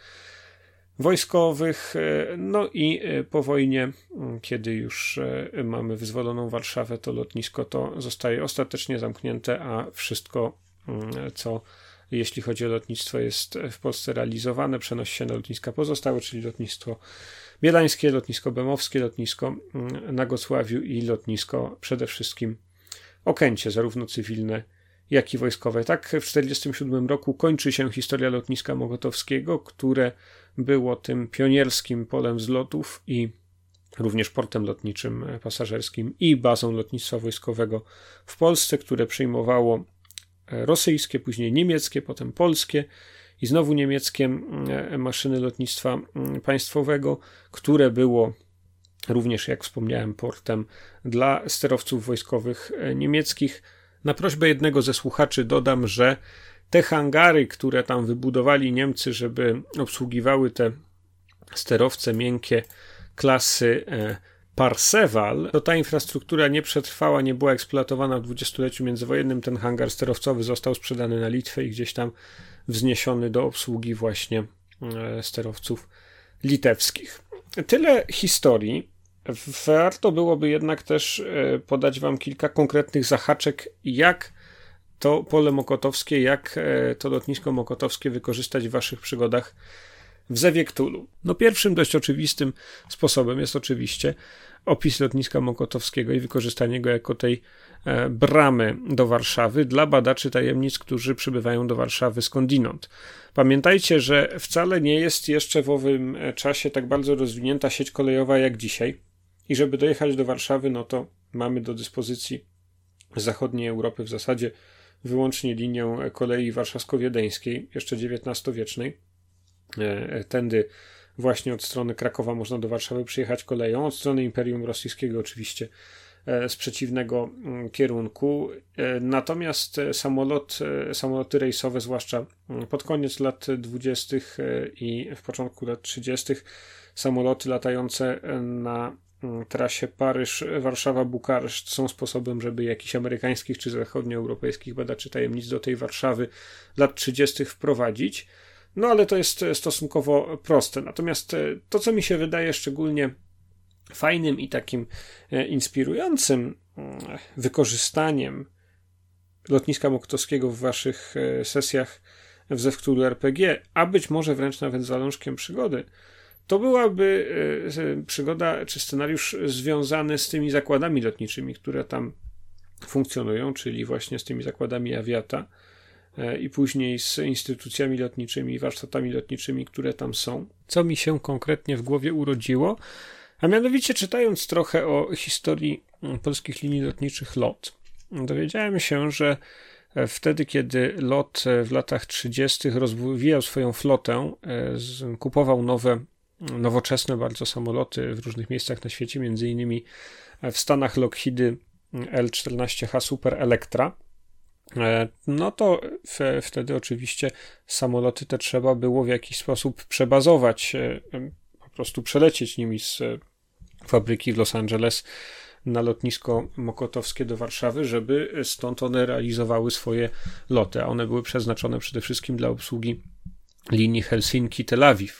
wojskowych. No i po wojnie, kiedy już mamy wyzwoloną Warszawę, to lotnisko to zostaje ostatecznie zamknięte, a wszystko, co jeśli chodzi o lotnictwo jest w Polsce realizowane, przenosi się na lotniska pozostałe, czyli lotnictwo bielańskie, lotnisko bemowskie, lotnisko na Gocławiu i lotnisko przede wszystkim Okęcie, zarówno cywilne, jak i wojskowe. Tak w tysiąc dziewięćset czterdziestym siódmym roku kończy się historia lotniska mokotowskiego, które było tym pionierskim polem zlotów i również portem lotniczym pasażerskim i bazą lotnictwa wojskowego w Polsce, które przyjmowało rosyjskie, później niemieckie, potem polskie i znowu niemieckie maszyny lotnictwa państwowego, które było również, jak wspomniałem, portem dla sterowców wojskowych niemieckich. Na prośbę jednego ze słuchaczy dodam, że te hangary, które tam wybudowali Niemcy, żeby obsługiwały te sterowce miękkie klasy Parseval, to ta infrastruktura nie przetrwała, nie była eksploatowana w dwudziestoleciu międzywojennym. Ten hangar sterowcowy został sprzedany na Litwę i gdzieś tam wzniesiony do obsługi właśnie sterowców litewskich. Tyle historii. Warto byłoby jednak też podać wam kilka konkretnych zahaczek, jak to pole mokotowskie, jak to lotnisko mokotowskie wykorzystać w waszych przygodach w Zewie Cthulhu. No pierwszym dość oczywistym sposobem jest oczywiście opis lotniska mokotowskiego i wykorzystanie go jako tej bramy do Warszawy dla badaczy tajemnic, którzy przybywają do Warszawy skądinąd. Pamiętajcie, że wcale nie jest jeszcze w owym czasie tak bardzo rozwinięta sieć kolejowa jak dzisiaj i żeby dojechać do Warszawy, no to mamy do dyspozycji z zachodniej Europy w zasadzie wyłącznie linię kolei warszawsko-wiedeńskiej, jeszcze dziewiętnastowiecznej. Tędy właśnie od strony Krakowa można do Warszawy przyjechać koleją, od strony Imperium Rosyjskiego oczywiście z przeciwnego kierunku. Natomiast samolot, samoloty rejsowe, zwłaszcza pod koniec lat dwudziestych i w początku lat trzydziestych, samoloty latające na trasie Paryż-Warszawa-Bukareszt są sposobem, żeby jakichś amerykańskich czy zachodnioeuropejskich badaczy tajemnic do tej Warszawy lat trzydziestych wprowadzić. No ale to jest stosunkowo proste. Natomiast to, co mi się wydaje szczególnie fajnym i takim inspirującym wykorzystaniem lotniska mokotowskiego w waszych sesjach w Zew Cthulhu R P G, a być może wręcz nawet zalążkiem przygody, to byłaby przygoda czy scenariusz związany z tymi zakładami lotniczymi, które tam funkcjonują, czyli właśnie z tymi zakładami Aviata i później z instytucjami lotniczymi, warsztatami lotniczymi, które tam są. Co mi się konkretnie w głowie urodziło, a mianowicie czytając trochę o historii polskich linii lotniczych LOT, dowiedziałem się, że wtedy, kiedy LOT w latach trzydziestych rozwijał swoją flotę, kupował nowe, nowoczesne bardzo samoloty w różnych miejscach na świecie, między innymi w Stanach Lockheedy L czternaście H Super Electra, no to w, wtedy oczywiście samoloty te trzeba było w jakiś sposób przebazować, po prostu przelecieć nimi z fabryki w Los Angeles na lotnisko mokotowskie do Warszawy, żeby stąd one realizowały swoje loty, a one były przeznaczone przede wszystkim dla obsługi linii Helsinki-Tel Awiw.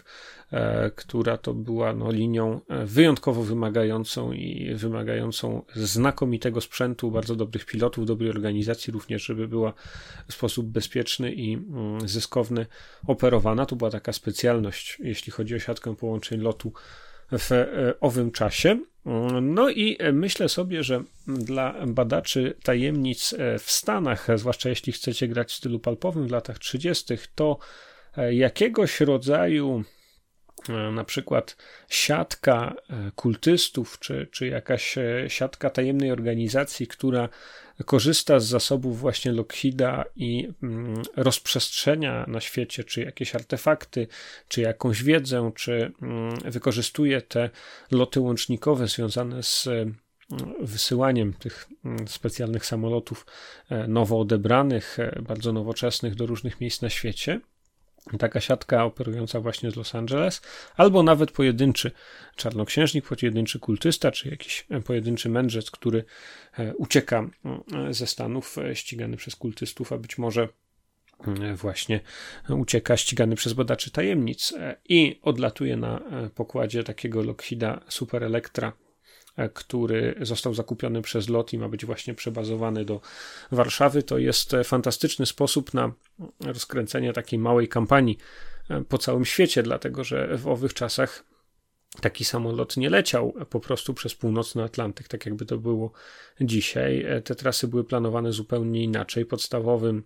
która to była no, linią wyjątkowo wymagającą i wymagającą znakomitego sprzętu, bardzo dobrych pilotów, dobrej organizacji również, żeby była w sposób bezpieczny i zyskowny operowana. To była taka specjalność, jeśli chodzi o siatkę połączeń lotu w owym czasie. No i myślę sobie, że dla badaczy tajemnic w Stanach, zwłaszcza jeśli chcecie grać w stylu palpowym w latach trzydziestych, to jakiegoś rodzaju na przykład siatka kultystów, czy, czy jakaś siatka tajemnej organizacji, która korzysta z zasobów właśnie Lockheeda i rozprzestrzenia na świecie, czy jakieś artefakty, czy jakąś wiedzę, czy wykorzystuje te loty łącznikowe związane z wysyłaniem tych specjalnych samolotów nowo odebranych, bardzo nowoczesnych do różnych miejsc na świecie. Taka siatka operująca właśnie z Los Angeles, albo nawet pojedynczy czarnoksiężnik, pojedynczy kultysta, czy jakiś pojedynczy mędrzec, który ucieka ze Stanów ścigany przez kultystów, a być może właśnie ucieka ścigany przez badaczy tajemnic i odlatuje na pokładzie takiego Lockheeda Super Electra, który został zakupiony przez LOT i ma być właśnie przebazowany do Warszawy. To jest fantastyczny sposób na rozkręcenie takiej małej kampanii po całym świecie, dlatego że w owych czasach taki samolot nie leciał po prostu przez północny Atlantyk, tak jakby to było dzisiaj. Te trasy były planowane zupełnie inaczej. Podstawowym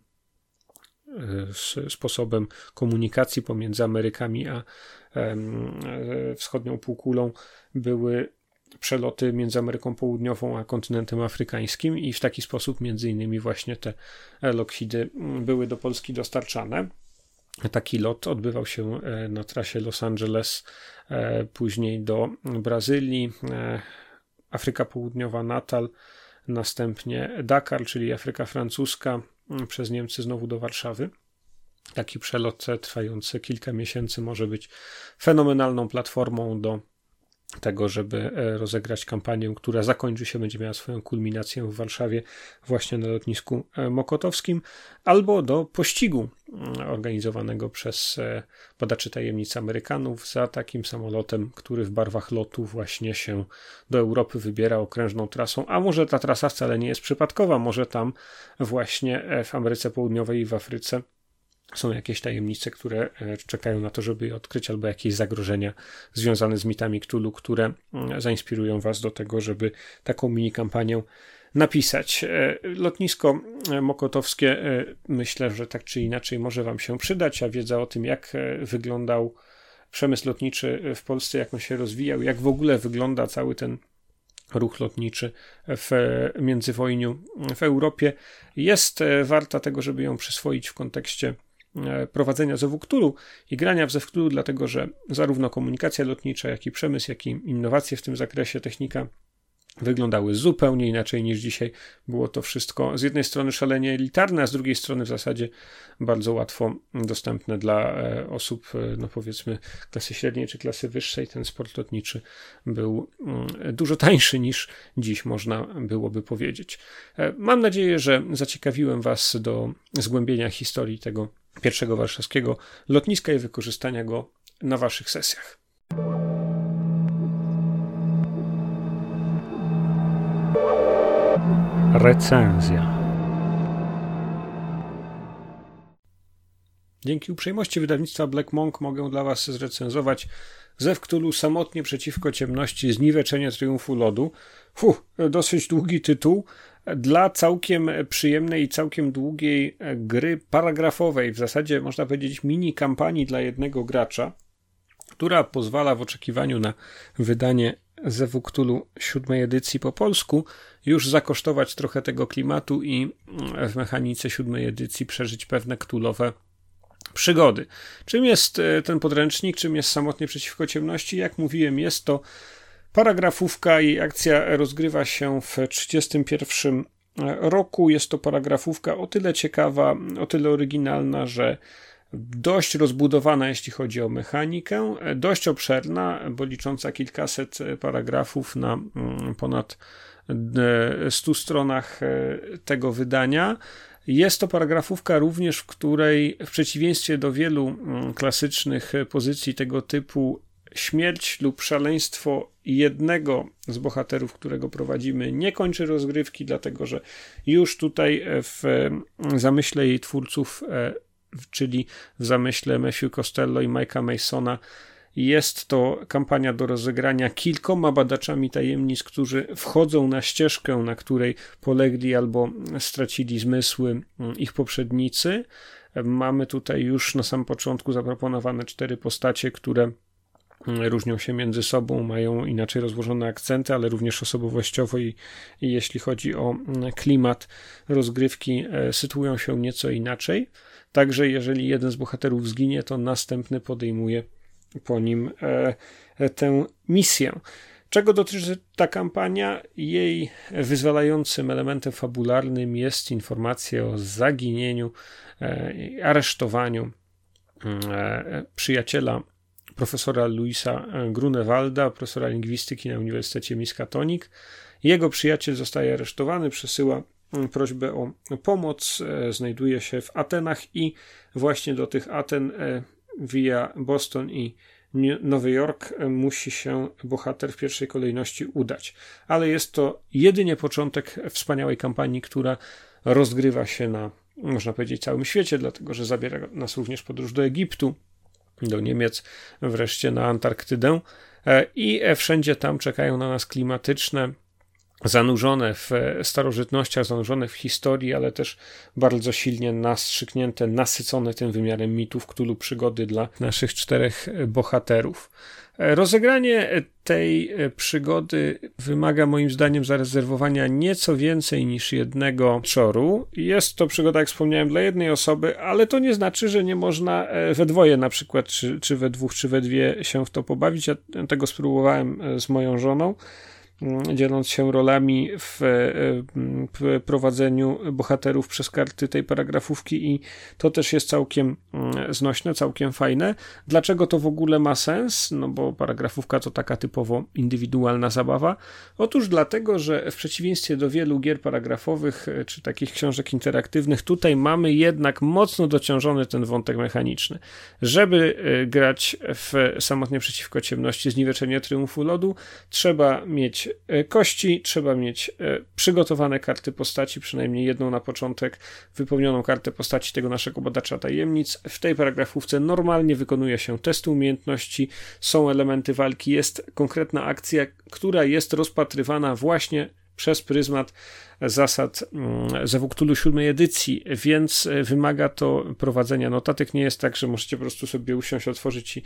sposobem komunikacji pomiędzy Amerykami a wschodnią półkulą były przeloty między Ameryką Południową a kontynentem afrykańskim i w taki sposób między innymi właśnie te Lockheedy były do Polski dostarczane. Taki lot odbywał się na trasie Los Angeles, później do Brazylii, Afryka Południowa, Natal, następnie Dakar, czyli Afryka Francuska, przez Niemcy znowu do Warszawy. Taki przelot trwający kilka miesięcy może być fenomenalną platformą do tego, żeby rozegrać kampanię, która zakończy się, będzie miała swoją kulminację w Warszawie właśnie na lotnisku mokotowskim, albo do pościgu organizowanego przez badaczy tajemnic Amerykanów za takim samolotem, który w barwach lotu właśnie się do Europy wybiera okrężną trasą, a może ta trasa wcale nie jest przypadkowa, może tam właśnie w Ameryce Południowej i w Afryce są jakieś tajemnice, które czekają na to, żeby je odkryć, albo jakieś zagrożenia związane z mitami Cthulhu, które zainspirują was do tego, żeby taką mini kampanię napisać. Lotnisko mokotowskie, myślę, że tak czy inaczej może wam się przydać, a wiedza o tym, jak wyglądał przemysł lotniczy w Polsce, jak on się rozwijał, jak w ogóle wygląda cały ten ruch lotniczy w międzywojniu w Europie, jest warta tego, żeby ją przyswoić w kontekście prowadzenia Zewu Cthulhu i grania w Zew Cthulhu, dlatego że zarówno komunikacja lotnicza, jak i przemysł, jak i innowacje w tym zakresie, technika wyglądały zupełnie inaczej niż dzisiaj. Było to wszystko z jednej strony szalenie elitarne, a z drugiej strony w zasadzie bardzo łatwo dostępne dla osób, no powiedzmy, klasy średniej czy klasy wyższej. Ten sport lotniczy był dużo tańszy niż dziś, można byłoby powiedzieć. Mam nadzieję, że zaciekawiłem was do zgłębienia historii tego pierwszego warszawskiego lotniska i wykorzystania go na waszych sesjach. Recenzja. Dzięki uprzejmości wydawnictwa Black Monk mogę dla was zrecenzować Zew Cthulhu Samotnie przeciwko ciemności, Zniweczenie triumfu lodu. Fuh, dosyć długi tytuł dla całkiem przyjemnej i całkiem długiej gry paragrafowej, w zasadzie można powiedzieć mini kampanii dla jednego gracza, która pozwala w oczekiwaniu na wydanie Zewu Cthulhu siódmej edycji po polsku już zakosztować trochę tego klimatu i w mechanice siódmej edycji przeżyć pewne cthulhowe przygody. Czym jest ten podręcznik? Czym jest Samotnie przeciwko ciemności? Jak mówiłem, jest to paragrafówka i akcja rozgrywa się w trzydziestym pierwszym roku. Jest to paragrafówka o tyle ciekawa, o tyle oryginalna, że dość rozbudowana, jeśli chodzi o mechanikę, dość obszerna, bo licząca kilkaset paragrafów na ponad stu stronach tego wydania. Jest to paragrafówka również, w której w przeciwieństwie do wielu klasycznych pozycji tego typu śmierć lub szaleństwo jednego z bohaterów, którego prowadzimy, nie kończy rozgrywki, dlatego że już tutaj w zamyśle jej twórców, czyli w zamyśle Matthew Costello i Mike'a Masona, jest to kampania do rozegrania kilkoma badaczami tajemnic, którzy wchodzą na ścieżkę, na której polegli albo stracili zmysły ich poprzednicy. Mamy tutaj już na samym początku zaproponowane cztery postacie, które różnią się między sobą, mają inaczej rozłożone akcenty, ale również osobowościowo i, i jeśli chodzi o klimat rozgrywki, sytuują się nieco inaczej. Także jeżeli jeden z bohaterów zginie, to następny podejmuje po nim e, tę misję. Czego dotyczy ta kampania? Jej wyzwalającym elementem fabularnym jest informacja o zaginieniu, e, aresztowaniu e, przyjaciela profesora Louisa Grunewalda, profesora lingwistyki na Uniwersytecie Miskatonic. Jego przyjaciel zostaje aresztowany, przesyła prośbę o pomoc, e, znajduje się w Atenach i właśnie do tych Aten e, via Boston i Nowy Jork musi się bohater w pierwszej kolejności udać. Ale jest to jedynie początek wspaniałej kampanii, która rozgrywa się na, można powiedzieć, całym świecie, dlatego że zabiera nas również podróż do Egiptu, do Niemiec, wreszcie na Antarktydę i wszędzie tam czekają na nas klimatyczne, zanurzone w starożytnościach, zanurzone w historii, ale też bardzo silnie nastrzyknięte, nasycone tym wymiarem mitów Cthulhu przygody dla naszych czterech bohaterów. Rozegranie tej przygody wymaga moim zdaniem zarezerwowania nieco więcej niż jednego wieczoru. Jest to przygoda, jak wspomniałem, dla jednej osoby, ale to nie znaczy, że nie można we dwoje na przykład, czy, czy we dwóch, czy we dwie się w to pobawić. Ja tego spróbowałem z moją żoną, dzieląc się rolami w, w prowadzeniu bohaterów przez karty tej paragrafówki i to też jest całkiem znośne, całkiem fajne. Dlaczego to w ogóle ma sens? No bo paragrafówka to taka typowo indywidualna zabawa. Otóż dlatego, że w przeciwieństwie do wielu gier paragrafowych czy takich książek interaktywnych, tutaj mamy jednak mocno dociążony ten wątek mechaniczny. Żeby grać w Samotnie przeciwko ciemności Zniweczenie Triumfu Lodu, trzeba mieć kości, trzeba mieć przygotowane karty postaci, przynajmniej jedną na początek, wypełnioną kartę postaci tego naszego badacza tajemnic. W tej paragrafówce normalnie wykonuje się testy umiejętności, są elementy walki, jest konkretna akcja, która jest rozpatrywana właśnie przez pryzmat zasad ze Cthulhu siódmej edycji, więc wymaga to prowadzenia notatek. Nie jest tak, że możecie po prostu sobie usiąść, otworzyć i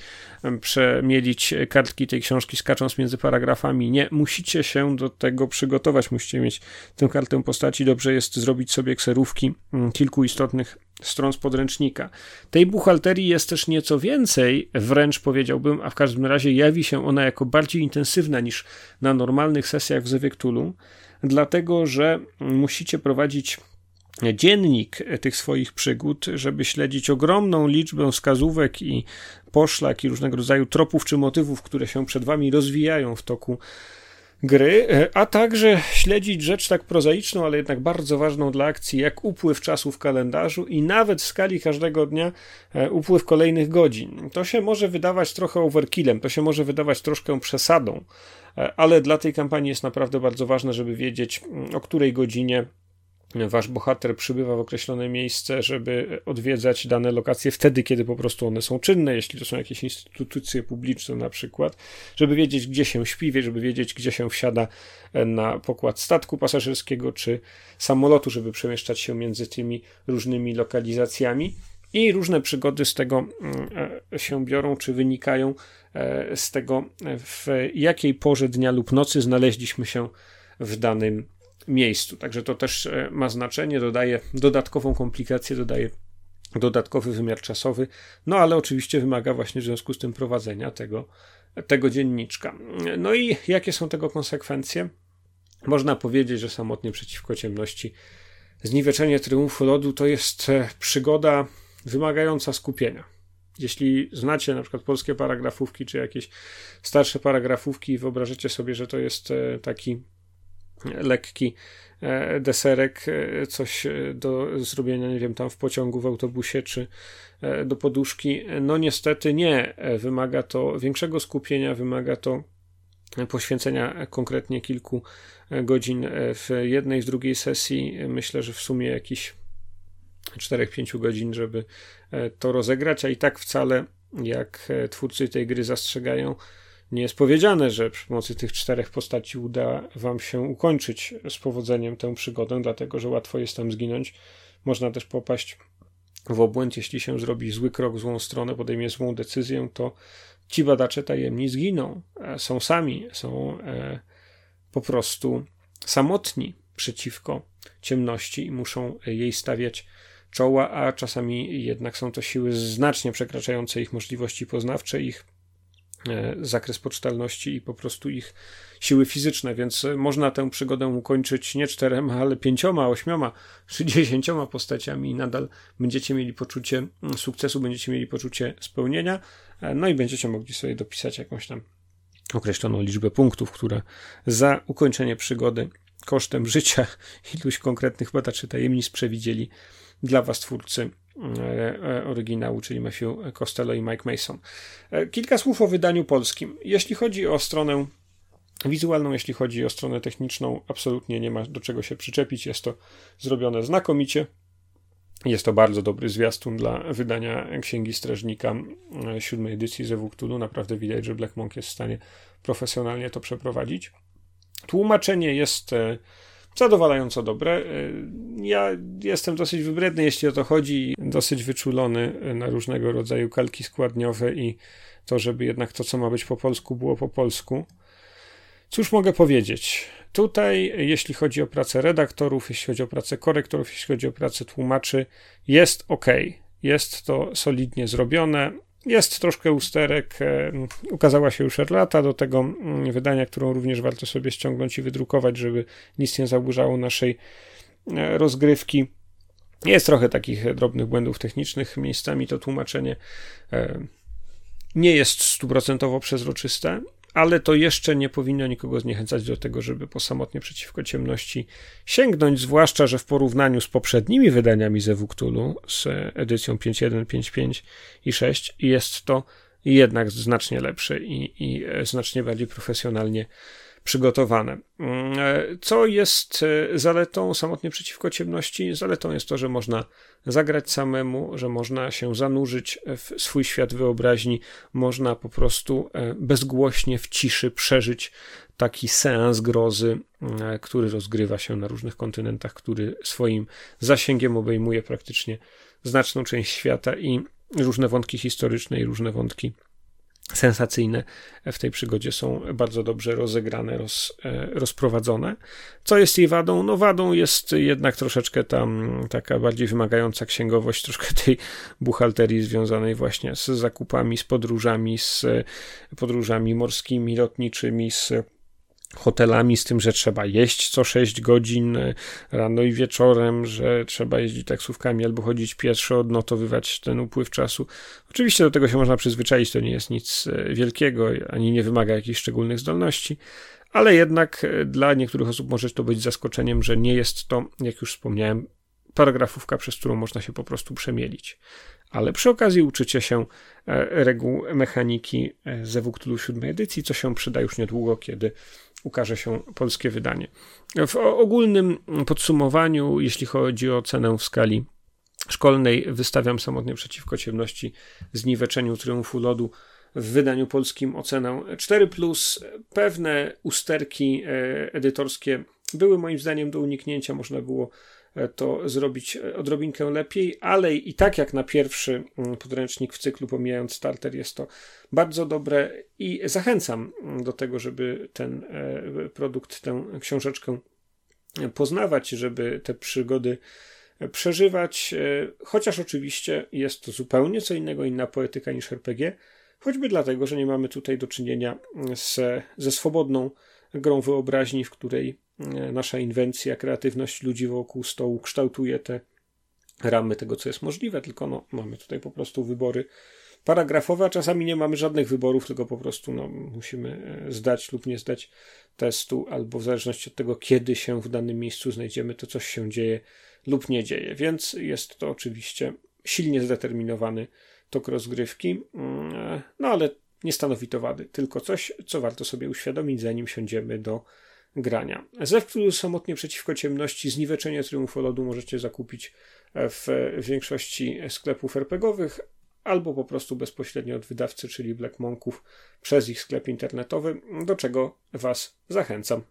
przemielić kartki tej książki skacząc między paragrafami. Nie, musicie się do tego przygotować, musicie mieć tę kartę postaci. Dobrze jest zrobić sobie kserówki kilku istotnych stron z podręcznika. Tej buchalterii jest też nieco więcej, wręcz powiedziałbym, a w każdym razie jawi się ona jako bardziej intensywna niż na normalnych sesjach w Zewie Cthulhu, dlatego że musicie prowadzić dziennik tych swoich przygód, żeby śledzić ogromną liczbę wskazówek i poszlak i różnego rodzaju tropów czy motywów, które się przed wami rozwijają w toku gry, a także śledzić rzecz tak prozaiczną, ale jednak bardzo ważną dla akcji, jak upływ czasu w kalendarzu i nawet w skali każdego dnia upływ kolejnych godzin. To się może wydawać trochę overkillem, to się może wydawać troszkę przesadą, ale dla tej kampanii jest naprawdę bardzo ważne, żeby wiedzieć, o której godzinie wasz bohater przybywa w określone miejsce, żeby odwiedzać dane lokacje wtedy, kiedy po prostu one są czynne, jeśli to są jakieś instytucje publiczne na przykład, żeby wiedzieć, gdzie się śpi, żeby wiedzieć, gdzie się wsiada na pokład statku pasażerskiego czy samolotu, żeby przemieszczać się między tymi różnymi lokalizacjami. I różne przygody z tego się biorą, czy wynikają z tego, w jakiej porze dnia lub nocy znaleźliśmy się w danym miejscu. Także to też ma znaczenie, dodaje dodatkową komplikację, dodaje dodatkowy wymiar czasowy, no ale oczywiście wymaga właśnie w związku z tym prowadzenia tego, tego dzienniczka. No i jakie są tego konsekwencje? Można powiedzieć, że Samotnie przeciwko ciemności Zniweczenie Triumfu Lodu to jest przygoda wymagająca skupienia. Jeśli znacie na przykład polskie paragrafówki, czy jakieś starsze paragrafówki i wyobrażycie sobie, że to jest taki lekki deserek, coś do zrobienia, nie wiem, tam w pociągu, w autobusie, czy do poduszki. No niestety nie. Wymaga to większego skupienia, wymaga to poświęcenia konkretnie kilku godzin w jednej, w drugiej sesji. Myślę, że w sumie jakieś czterech pięciu godzin, żeby to rozegrać, a i tak wcale, jak twórcy tej gry zastrzegają, nie jest powiedziane, że przy pomocy tych czterech postaci uda wam się ukończyć z powodzeniem tę przygodę, dlatego że łatwo jest tam zginąć. Można też popaść w obłęd, jeśli się zrobi zły krok w złą stronę, podejmie złą decyzję, to ci badacze tajemnic giną. Są sami, są e, po prostu samotni przeciwko ciemności i muszą jej stawiać czoła, a czasami jednak są to siły znacznie przekraczające ich możliwości poznawcze, ich e, zakres poczytalności i po prostu ich siły fizyczne, więc można tę przygodę ukończyć nie czterema, ale pięcioma, ośmioma czy dziesięcioma postaciami i nadal będziecie mieli poczucie sukcesu, będziecie mieli poczucie spełnienia, no i będziecie mogli sobie dopisać jakąś tam określoną liczbę punktów, które za ukończenie przygody kosztem życia iluś konkretnych badaczy tajemnic przewidzieli dla was twórcy oryginału, czyli Matthew Costello i Mike Mason. Kilka słów o wydaniu polskim. Jeśli chodzi o stronę wizualną, jeśli chodzi o stronę techniczną, absolutnie nie ma do czego się przyczepić. Jest to zrobione znakomicie. Jest to bardzo dobry zwiastun dla wydania Księgi Strażnika siódmej edycji z Cthulhu. Naprawdę widać, że Black Monk jest w stanie profesjonalnie to przeprowadzić. Tłumaczenie jest zadowalająco dobre. Ja jestem dosyć wybredny, jeśli o to chodzi, dosyć wyczulony na różnego rodzaju kalki składniowe i to, żeby jednak to, co ma być po polsku, było po polsku. Cóż mogę powiedzieć? Tutaj, jeśli chodzi o pracę redaktorów, jeśli chodzi o pracę korektorów, jeśli chodzi o pracę tłumaczy, jest ok. Jest to solidnie zrobione. Jest troszkę usterek. Ukazała się już errata do tego wydania, którą również warto sobie ściągnąć i wydrukować, żeby nic nie zaburzało naszej rozgrywki. Jest trochę takich drobnych błędów technicznych. Miejscami to tłumaczenie nie jest stuprocentowo przezroczyste, ale to jeszcze nie powinno nikogo zniechęcać do tego, żeby posamotnie przeciwko ciemności sięgnąć, zwłaszcza, że w porównaniu z poprzednimi wydaniami z Cthulhu, z edycją pięć jeden, pięć pięć i sześć, jest to jednak znacznie lepsze i, i znacznie bardziej profesjonalnie przygotowane. Co jest zaletą samotnie przeciwko ciemności? Zaletą jest to, że można zagrać samemu, że można się zanurzyć w swój świat wyobraźni, można po prostu bezgłośnie w ciszy przeżyć taki seans grozy, który rozgrywa się na różnych kontynentach, który swoim zasięgiem obejmuje praktycznie znaczną część świata i różne wątki historyczne i różne wątki sensacyjne w tej przygodzie są bardzo dobrze rozegrane, roz, rozprowadzone. Co jest jej wadą? No wadą jest jednak troszeczkę tam taka bardziej wymagająca księgowość, troszkę tej buchalterii związanej właśnie z zakupami, z podróżami, z podróżami morskimi, lotniczymi, z hotelami, z tym, że trzeba jeść co sześć godzin rano i wieczorem, że trzeba jeździć taksówkami albo chodzić pieszo, odnotowywać ten upływ czasu. Oczywiście do tego się można przyzwyczaić, to nie jest nic wielkiego, ani nie wymaga jakichś szczególnych zdolności, ale jednak dla niektórych osób może to być zaskoczeniem, że nie jest to, jak już wspomniałem, paragrafówka, przez którą można się po prostu przemielić. Ale przy okazji uczycie się reguł mechaniki z Cthulhu siódmej edycji, co się przyda już niedługo, kiedy ukaże się polskie wydanie. W ogólnym podsumowaniu, jeśli chodzi o cenę w skali szkolnej, wystawiam samotnie przeciwko ciemności zniweczeniu Triumfu Lodu w wydaniu polskim ocenę cztery plus. Pewne usterki edytorskie były moim zdaniem do uniknięcia, można było to zrobić odrobinkę lepiej, ale i tak jak na pierwszy podręcznik w cyklu, pomijając starter, jest to bardzo dobre i zachęcam do tego, żeby ten produkt, tę książeczkę poznawać, żeby te przygody przeżywać, chociaż oczywiście jest to zupełnie co innego, inna poetyka niż er pe gie, choćby dlatego, że nie mamy tutaj do czynienia z, ze swobodną grą wyobraźni, w której nasza inwencja, kreatywność ludzi wokół stołu kształtuje te ramy tego, co jest możliwe, tylko no, mamy tutaj po prostu wybory paragrafowe, a czasami nie mamy żadnych wyborów, tylko po prostu no, musimy zdać lub nie zdać testu, albo w zależności od tego, kiedy się w danym miejscu znajdziemy, to coś się dzieje lub nie dzieje. Więc jest to oczywiście silnie zdeterminowany tok rozgrywki, no ale nie stanowi to wady, tylko coś, co warto sobie uświadomić, zanim siądziemy do grania. Zew Cthulhu samotnie przeciwko ciemności, Zniweczenie Triumfolodu możecie zakupić w większości sklepów er pe gie owych, albo po prostu bezpośrednio od wydawcy, czyli Black Monków, przez ich sklep internetowy, do czego Was zachęcam.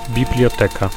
Biblioteka.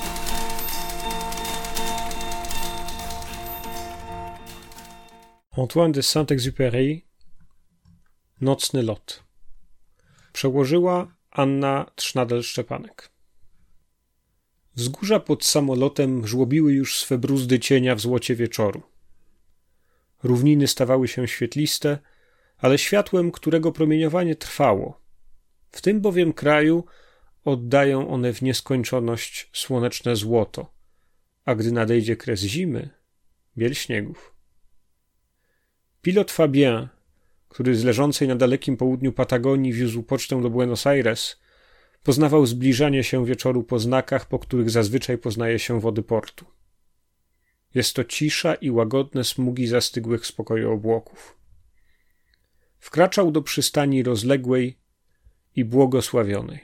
Antoine de Saint-Exupéry. Nocny lot. Przełożyła Anna Trznadel-Szczepanek. Wzgórza pod samolotem żłobiły już swe bruzdy cienia w złocie wieczoru. Równiny stawały się świetliste, ale światłem, którego promieniowanie trwało. W tym bowiem kraju oddają one w nieskończoność słoneczne złoto, a gdy nadejdzie kres zimy, biel śniegów. Pilot Fabien, który z leżącej na dalekim południu Patagonii wiózł pocztę do Buenos Aires, poznawał zbliżanie się wieczoru po znakach, po których zazwyczaj poznaje się wody portu. Jest to cisza i łagodne smugi zastygłych spokoju obłoków. Wkraczał do przystani rozległej i błogosławionej.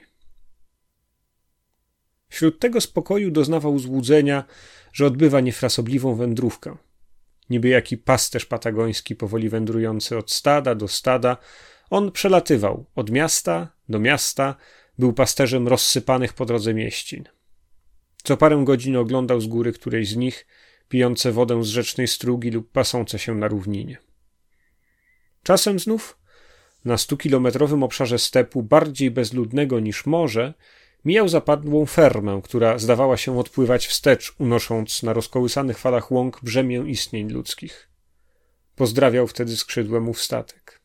Wśród tego spokoju doznawał złudzenia, że odbywa niefrasobliwą wędrówkę. Niby jaki pasterz patagoński powoli wędrujący od stada do stada, on przelatywał od miasta do miasta, był pasterzem rozsypanych po drodze mieścin. Co parę godzin oglądał z góry którejś z nich, pijące wodę z rzecznej strugi lub pasące się na równinie. Czasem znów, na stukilometrowym obszarze stepu, bardziej bezludnego niż morze, mijał zapadłą fermę, która zdawała się odpływać wstecz, unosząc na rozkołysanych falach łąk brzemię istnień ludzkich. Pozdrawiał wtedy skrzydłem ów statek.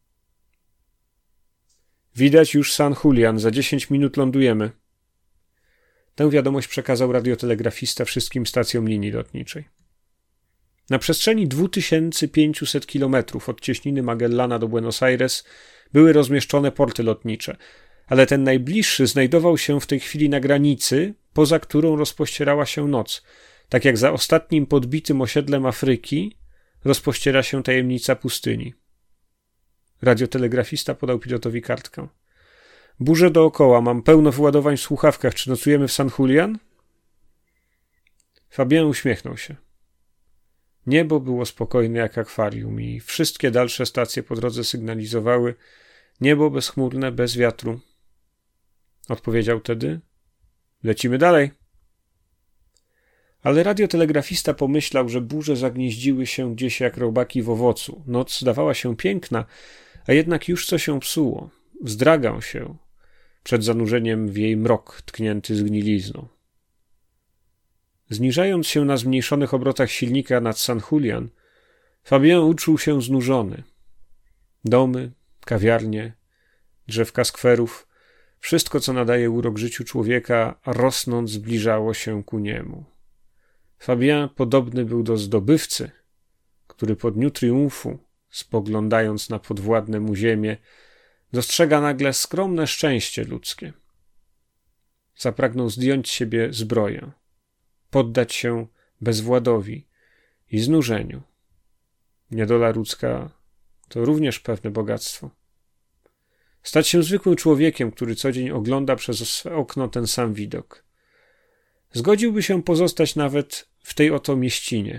Widać już San Julian, za dziesięć minut lądujemy. Tę wiadomość przekazał radiotelegrafista wszystkim stacjom linii lotniczej. Na przestrzeni dwa tysiące pięćset kilometrów od cieśniny Magellana do Buenos Aires były rozmieszczone porty lotnicze, ale ten najbliższy znajdował się w tej chwili na granicy, poza którą rozpościerała się noc, tak jak za ostatnim podbitym osiedlem Afryki rozpościera się tajemnica pustyni. Radiotelegrafista podał pilotowi kartkę. Burze dookoła, mam pełno wyładowań w słuchawkach. Czy nocujemy w San Julian? Fabien uśmiechnął się. Niebo było spokojne jak akwarium i wszystkie dalsze stacje po drodze sygnalizowały niebo bezchmurne, bez wiatru. Odpowiedział tedy: lecimy dalej. Ale radiotelegrafista pomyślał, że burze zagnieździły się gdzieś jak robaki w owocu. Noc zdawała się piękna, a jednak już coś się psuło. Wzdragał się przed zanurzeniem w jej mrok tknięty zgnilizną. Zniżając się na zmniejszonych obrotach silnika nad San Julian, Fabien uczuł się znużony. Domy, kawiarnie, drzewka skwerów, wszystko, co nadaje urok życiu człowieka, rosnąc zbliżało się ku niemu. Fabien podobny był do zdobywcy, który po dniu triumfu, spoglądając na podwładne mu ziemię, dostrzega nagle skromne szczęście ludzkie. Zapragnął zdjąć z siebie zbroję, poddać się bezwładowi i znużeniu. Niedola ludzka to również pewne bogactwo. Stać się zwykłym człowiekiem, który co dzień ogląda przez swe okno ten sam widok. Zgodziłby się pozostać nawet w tej oto mieścinie.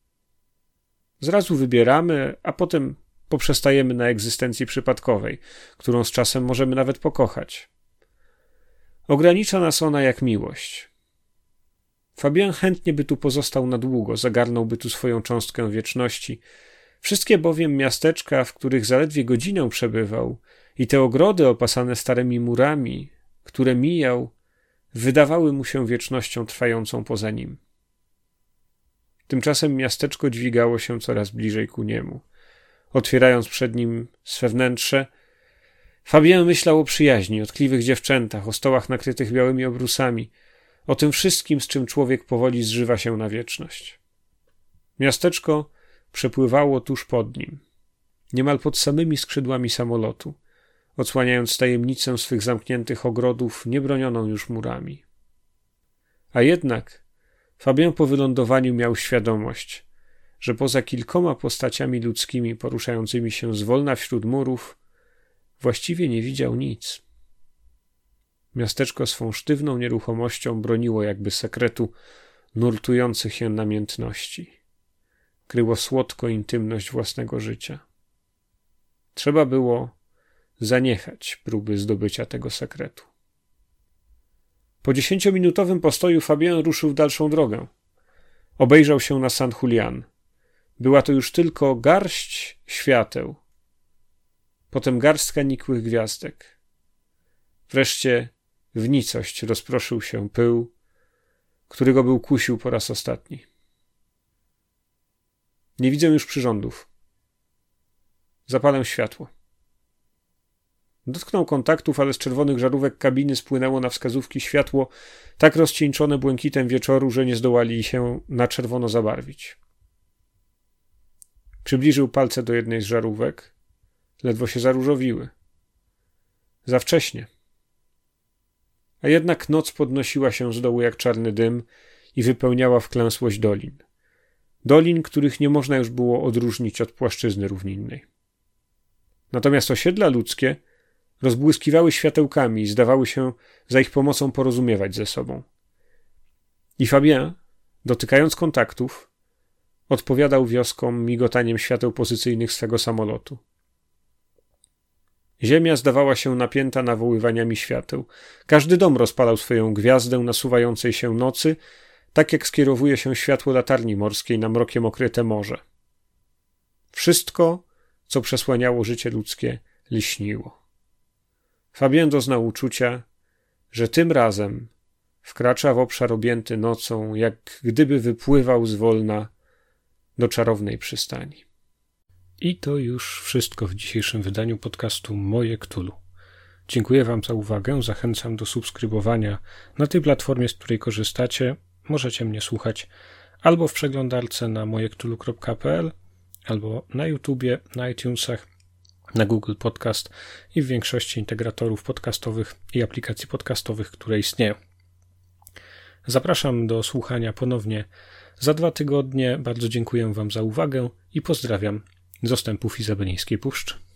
Zrazu wybieramy, a potem poprzestajemy na egzystencji przypadkowej, którą z czasem możemy nawet pokochać. Ogranicza nas ona jak miłość. Fabien chętnie by tu pozostał na długo, zagarnąłby tu swoją cząstkę wieczności. Wszystkie bowiem miasteczka, w których zaledwie godzinę przebywał, i te ogrody opasane starymi murami, które mijał, wydawały mu się wiecznością trwającą poza nim. Tymczasem miasteczko dźwigało się coraz bliżej ku niemu. Otwierając przed nim swe wnętrze, Fabien myślał o przyjaźni, o tkliwych dziewczętach, o stołach nakrytych białymi obrusami, o tym wszystkim, z czym człowiek powoli zżywa się na wieczność. Miasteczko przepływało tuż pod nim, niemal pod samymi skrzydłami samolotu, odsłaniając tajemnicę swych zamkniętych ogrodów niebronioną już murami. A jednak Fabien po wylądowaniu miał świadomość, że poza kilkoma postaciami ludzkimi poruszającymi się zwolna wśród murów właściwie nie widział nic. Miasteczko swą sztywną nieruchomością broniło jakby sekretu nurtujących się namiętności. Kryło słodko intymność własnego życia. Trzeba było zaniechać próby zdobycia tego sekretu. Po dziesięciominutowym postoju Fabien ruszył w dalszą drogę. Obejrzał się na San Julian. Była to już tylko garść świateł. Potem garstka nikłych gwiazdek. Wreszcie w nicość rozproszył się pył, który go był kusił po raz ostatni. Nie widzę już przyrządów. Zapalę światło. Dotknął kontaktów, ale z czerwonych żarówek kabiny spłynęło na wskazówki światło tak rozcieńczone błękitem wieczoru, że nie zdołali się na czerwono zabarwić. Przybliżył palce do jednej z żarówek. Ledwo się zaróżowiły. Za wcześnie. A jednak noc podnosiła się z dołu jak czarny dym i wypełniała wklęsłość dolin. Dolin, których nie można już było odróżnić od płaszczyzny równinnej. Natomiast osiedla ludzkie rozbłyskiwały światełkami i zdawały się za ich pomocą porozumiewać ze sobą. I Fabien, dotykając kontaktów, odpowiadał wioskom migotaniem świateł pozycyjnych swego samolotu. Ziemia zdawała się napięta nawoływaniami świateł. Każdy dom rozpalał swoją gwiazdę nasuwającej się nocy, tak jak skierowuje się światło latarni morskiej na mrokiem okryte morze. Wszystko, co przesłaniało życie ludzkie, lśniło. Fabien doznał uczucia, że tym razem wkracza w obszar objęty nocą, jak gdyby wypływał zwolna do czarownej przystani. I to już wszystko w dzisiejszym wydaniu podcastu Moje Cthulhu. Dziękuję Wam za uwagę, zachęcam do subskrybowania na tej platformie, z której korzystacie. Możecie mnie słuchać albo w przeglądarce na moje cthulhu kropka p l, albo na YouTubie, na iTunesach, na Google Podcast i w większości integratorów podcastowych i aplikacji podcastowych, które istnieją. Zapraszam do słuchania ponownie za dwa tygodnie. Bardzo dziękuję Wam za uwagę i pozdrawiam z ostępów Izabelińskiej Puszczy.